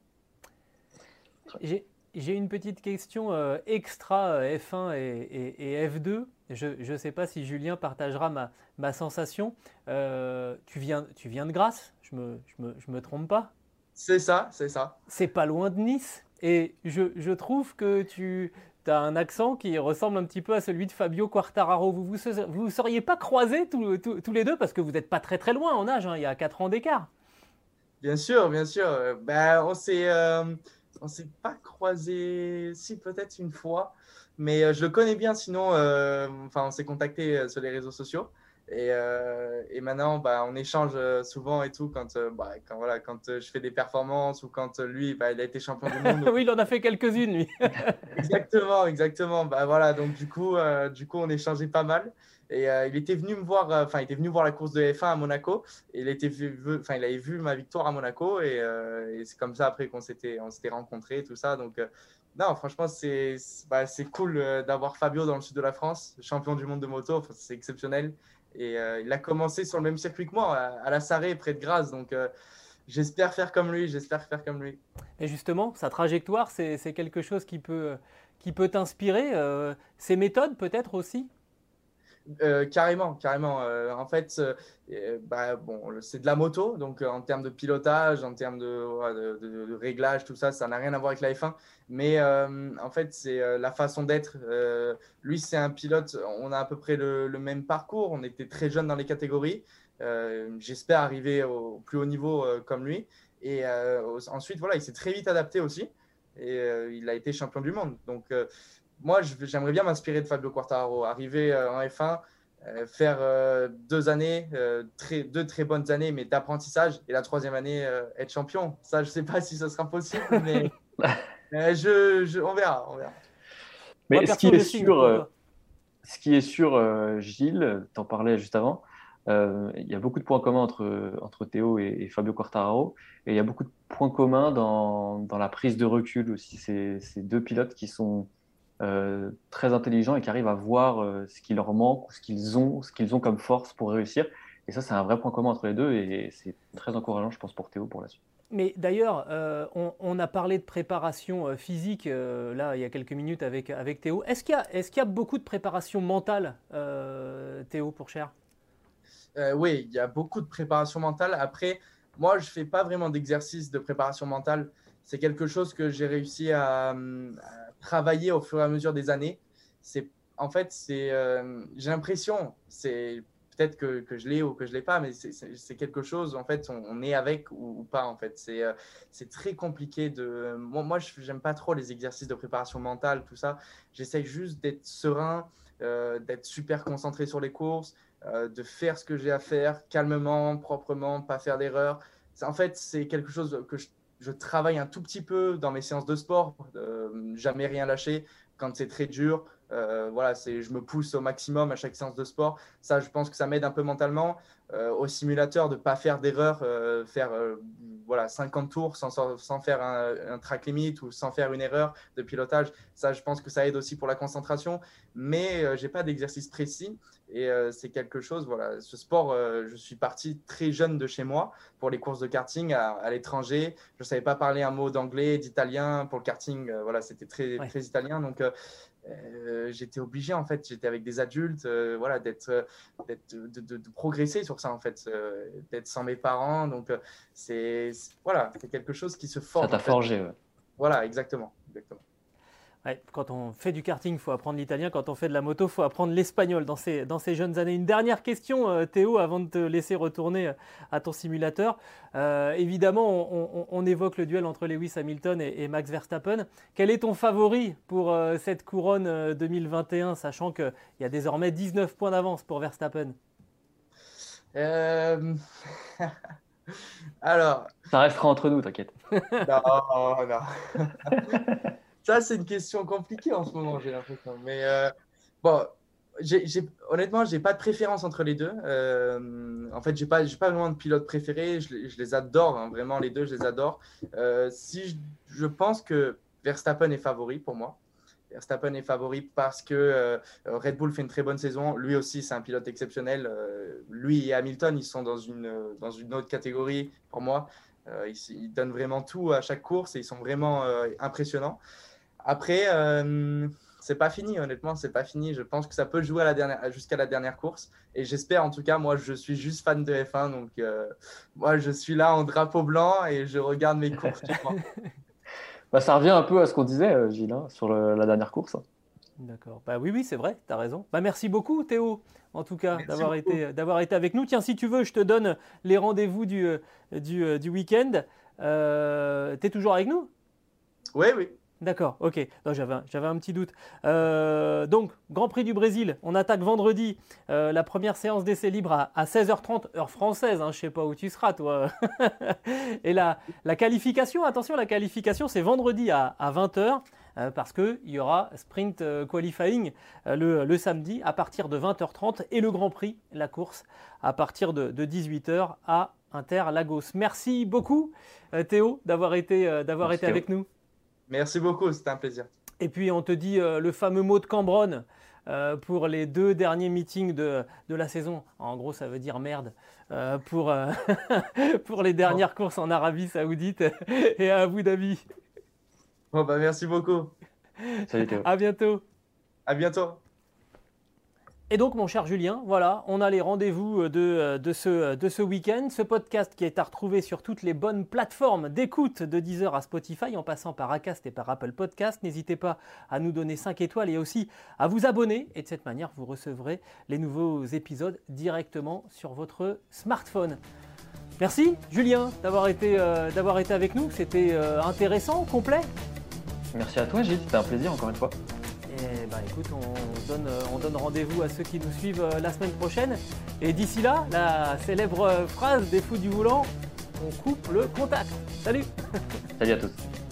J'ai, j'ai une petite question euh, extra euh, F un et, et- et F deux. Je ne sais pas si Julien partagera ma, ma sensation. Euh, tu viens, tu viens de Grasse, je me, je me, je me trompe pas. C'est ça, c'est ça. C'est pas loin de Nice. Et je, je trouve que tu as un accent qui ressemble un petit peu à celui de Fabio Quartararo. Vous vous, vous seriez pas croisés tous, tous- tous les deux parce que vous n'êtes pas très très loin en âge, hein, il y a quatre ans d'écart. Bien sûr, bien sûr. Euh, Ben, on s'est, euh, on s'est pas croisé, si peut-être une fois, mais euh, je le connais bien. Sinon, euh, enfin, on s'est contacté euh, sur les réseaux sociaux et, euh, et maintenant, bah, on échange euh, souvent et tout quand, euh, bah, quand voilà, quand euh, je fais des performances ou quand euh, lui, bah, il a été champion du monde. Oui, il en a fait quelques-unes, lui. Exactement, exactement. Bah voilà, donc du coup, euh, du coup, on échangeait pas mal. Et euh, il était venu me voir, euh, enfin, il était venu voir la course de F un à Monaco. Et il était vu, vu- enfin, il avait vu ma victoire à Monaco. Et, euh, et c'est comme ça après qu'on s'était, on s'était rencontrés, tout ça. Donc, euh, non, franchement, c'est, c'est bah, c'est cool euh, d'avoir Fabio dans le sud de la France, champion du monde de moto. Enfin, c'est exceptionnel. Et euh, il a commencé sur le même circuit que moi, à, à la Sarre, près de Graz. Donc, euh, j'espère faire comme lui. J'espère faire comme lui. Et justement, sa trajectoire, c'est c'est quelque chose qui peut, qui peut t'inspirer. Euh, ses méthodes, peut-être aussi. Euh, carrément, carrément. Euh, en fait, euh, euh, bah, bon, c'est de la moto, donc euh, en termes de pilotage, en termes de, voilà, de, de- de réglage, tout ça, ça n'a rien à voir avec la F un. Mais euh, en fait, c'est euh, la façon d'être. Euh, lui, c'est un pilote, on a à peu près le, le même parcours, on était très jeunes dans les catégories. Euh, j'espère arriver au plus haut niveau euh, comme lui. Et euh, ensuite, voilà, il s'est très vite adapté aussi. Et euh, il a été champion du monde. Donc, euh, moi, je- j'aimerais bien m'inspirer de Fabio Quartararo, arriver euh, en F un, euh, faire euh, deux années, euh, très, deux très bonnes années, mais d'apprentissage, et la troisième année, euh, être champion. Ça, je ne sais pas si ce sera possible, mais euh, je, je- on verra, on verra. Moi, Mais ce qui perso, est je signe sûr, pour euh, toi. ce qui est sûr, euh, Gilles, tu en parlais juste avant, euh, il y a beaucoup de points communs entre, entre Théo et, et Fabio Quartararo, et il y a beaucoup de points communs dans, dans la prise de recul aussi. C'est ces deux pilotes qui sont euh, très intelligents et qui arrivent à voir euh, ce qui leur manque ou ce qu'ils ont, ce qu'ils ont comme force pour réussir. Et ça, c'est un vrai point commun entre les deux, et c'est très encourageant, je pense, pour Théo pour la suite. Mais d'ailleurs, euh, on, on a parlé de préparation euh, physique, euh, là, il y a quelques minutes avec, avec Théo. Est-ce qu'il y a, est-ce qu'il y a beaucoup de préparation mentale, euh, Théo, pour Cher? Euh, oui, il y a beaucoup de préparation mentale. Après, moi, je ne fais pas vraiment d'exercice de préparation mentale. C'est quelque chose que j'ai réussi à, à travailler au fur et à mesure des années. C'est, en fait, c'est, euh, j'ai l'impression, c'est peut-être que, que je l'ai ou que je ne l'ai pas, mais c'est, c'est, c'est quelque chose, en fait, on, on est avec ou, ou pas, en fait. C'est, euh, c'est très compliqué de… Moi, moi je n'aime pas trop les exercices de préparation mentale, tout ça. J'essaye juste d'être serein, euh, d'être super concentré sur les courses, euh, de faire ce que j'ai à faire calmement, proprement, pas faire d'erreurs. En fait, c'est quelque chose que je, je, travaille un tout petit peu dans mes séances de sport, euh, jamais rien lâcher quand c'est très dur. Euh, voilà, c'est, je me pousse au maximum à chaque séance de sport. Ça, je pense que ça m'aide un peu mentalement. Euh, au simulateur, de ne pas faire d'erreurs, euh, faire euh, voilà, cinquante tours sans, sans faire un, un track limit ou sans faire une erreur de pilotage. Ça, je pense que ça aide aussi pour la concentration. Mais euh, je n'ai pas d'exercice précis. Et euh, c'est quelque chose, voilà, ce sport, euh, je suis parti très jeune de chez moi pour les courses de karting à, à l'étranger. Je ne savais pas parler un mot d'anglais, d'italien. Pour le karting, euh, voilà, c'était très, Ouais. très italien. Donc, euh, euh, j'étais obligé, en fait, j'étais avec des adultes, euh, voilà, d'être, d'être, de, de, de progresser sur ça, en fait, euh, d'être sans mes parents. Donc, euh, c'est, c'est, voilà, c'est quelque chose qui se Ça forge, t'a en fait. forgé, ouais. Voilà, exactement, exactement. Ouais, quand on fait du karting, il faut apprendre l'italien. Quand on fait de la moto, il faut apprendre l'espagnol dans ces, dans ces jeunes années. Une dernière question, euh, Théo, avant de te laisser retourner à ton simulateur. Euh, évidemment, on, on, on évoque le duel entre Lewis Hamilton et, et Max Verstappen. Quel est ton favori pour euh, cette couronne euh, deux mille vingt et un, sachant qu'il y a désormais dix-neuf points d'avance pour Verstappen? Euh... Alors... Ça restera entre nous, t'inquiète. Non, non. Ça, c'est une question compliquée en ce moment, j'ai l'impression. Mais euh, bon, j'ai, j'ai, honnêtement, je n'ai pas de préférence entre les deux. Euh, en fait, je n'ai pas, j'ai pas vraiment de pilote préféré. Je, je les adore, hein, vraiment, les deux, je les adore. Euh, si je, je pense que Verstappen est favori pour moi. Verstappen est favori parce que euh, Red Bull fait une très bonne saison. Lui aussi, c'est un pilote exceptionnel. Euh, lui et Hamilton, ils sont dans une, dans une autre catégorie pour moi. Euh, ils, ils donnent vraiment tout à chaque course et ils sont vraiment euh, impressionnants. Après, euh, c'est pas fini, honnêtement, c'est pas fini. Je pense que ça peut jouer à la dernière, jusqu'à la dernière course. Et j'espère, en tout cas, moi, je suis juste fan de F un. Donc, euh, moi, je suis là en drapeau blanc et je regarde mes courses. Bah, ça revient un peu à ce qu'on disait, euh, Gilles, hein, sur le, la dernière course. D'accord. Bah oui, oui, c'est vrai, tu as raison. Bah, merci beaucoup, Théo, en tout cas, d'avoir beaucoup. été, d'avoir été avec nous. Tiens, si tu veux, je te donne les rendez-vous du, du, du week-end. Euh, tu es toujours avec nous? Oui, oui. D'accord, ok. Non, j'avais, un, j'avais un petit doute. Euh, donc, Grand Prix du Brésil, on attaque vendredi. Euh, la première séance d'essai libre à, à seize heures trente, heure française. Hein, je ne sais pas où tu seras, toi. Et la, la qualification, attention, la qualification, c'est vendredi à, à vingt heures. Euh, parce qu'il y aura Sprint euh, Qualifying euh, le, le samedi à partir de vingt heures trente. Et le Grand Prix, la course, à partir de, de dix-huit heures à Interlagos. Merci beaucoup, euh, Théo, d'avoir été, euh, d'avoir été avec nous. Merci beaucoup, c'était un plaisir. Et puis on te dit euh, le fameux mot de Cambronne euh, pour les deux derniers meetings de, de la saison. En gros, ça veut dire merde euh, pour, euh, pour les dernières oh. courses en Arabie Saoudite et à Abu Dhabi. Bon, bah, merci beaucoup. Salut Théo. À bientôt. À bientôt. Et donc, mon cher Julien, voilà, on a les rendez-vous de, de ce, de ce week-end. Ce podcast qui est à retrouver sur toutes les bonnes plateformes d'écoute, de Deezer à Spotify, en passant par Acast et par Apple Podcast. N'hésitez pas à nous donner cinq étoiles et aussi à vous abonner. Et de cette manière, vous recevrez les nouveaux épisodes directement sur votre smartphone. Merci, Julien, d'avoir été, euh, d'avoir été avec nous. C'était euh, intéressant, complet. Merci à toi, Gilles. C'était un plaisir, encore une fois. Et ben écoute, on donne, on donne rendez-vous à ceux qui nous suivent la semaine prochaine. Et d'ici là, la célèbre phrase des fous du volant, on coupe le contact. Salut. Salut à tous.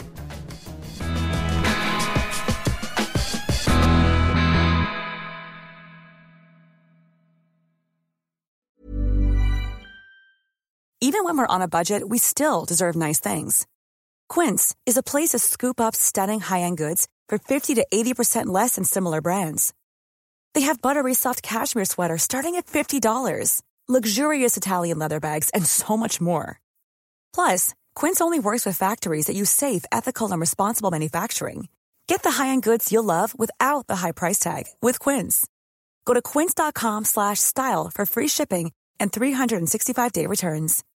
Even when we're on a budget, we still deserve nice things. Quince is a place to scoop up stunning high-end goods for fifty to eighty percent less than similar brands. They have buttery soft cashmere sweaters starting at fifty dollars, luxurious Italian leather bags, and so much more. Plus, Quince only works with factories that use safe, ethical, and responsible manufacturing. Get the high-end goods you'll love without the high price tag with Quince. Go to quince dot com slash style for free shipping and three sixty-five day returns.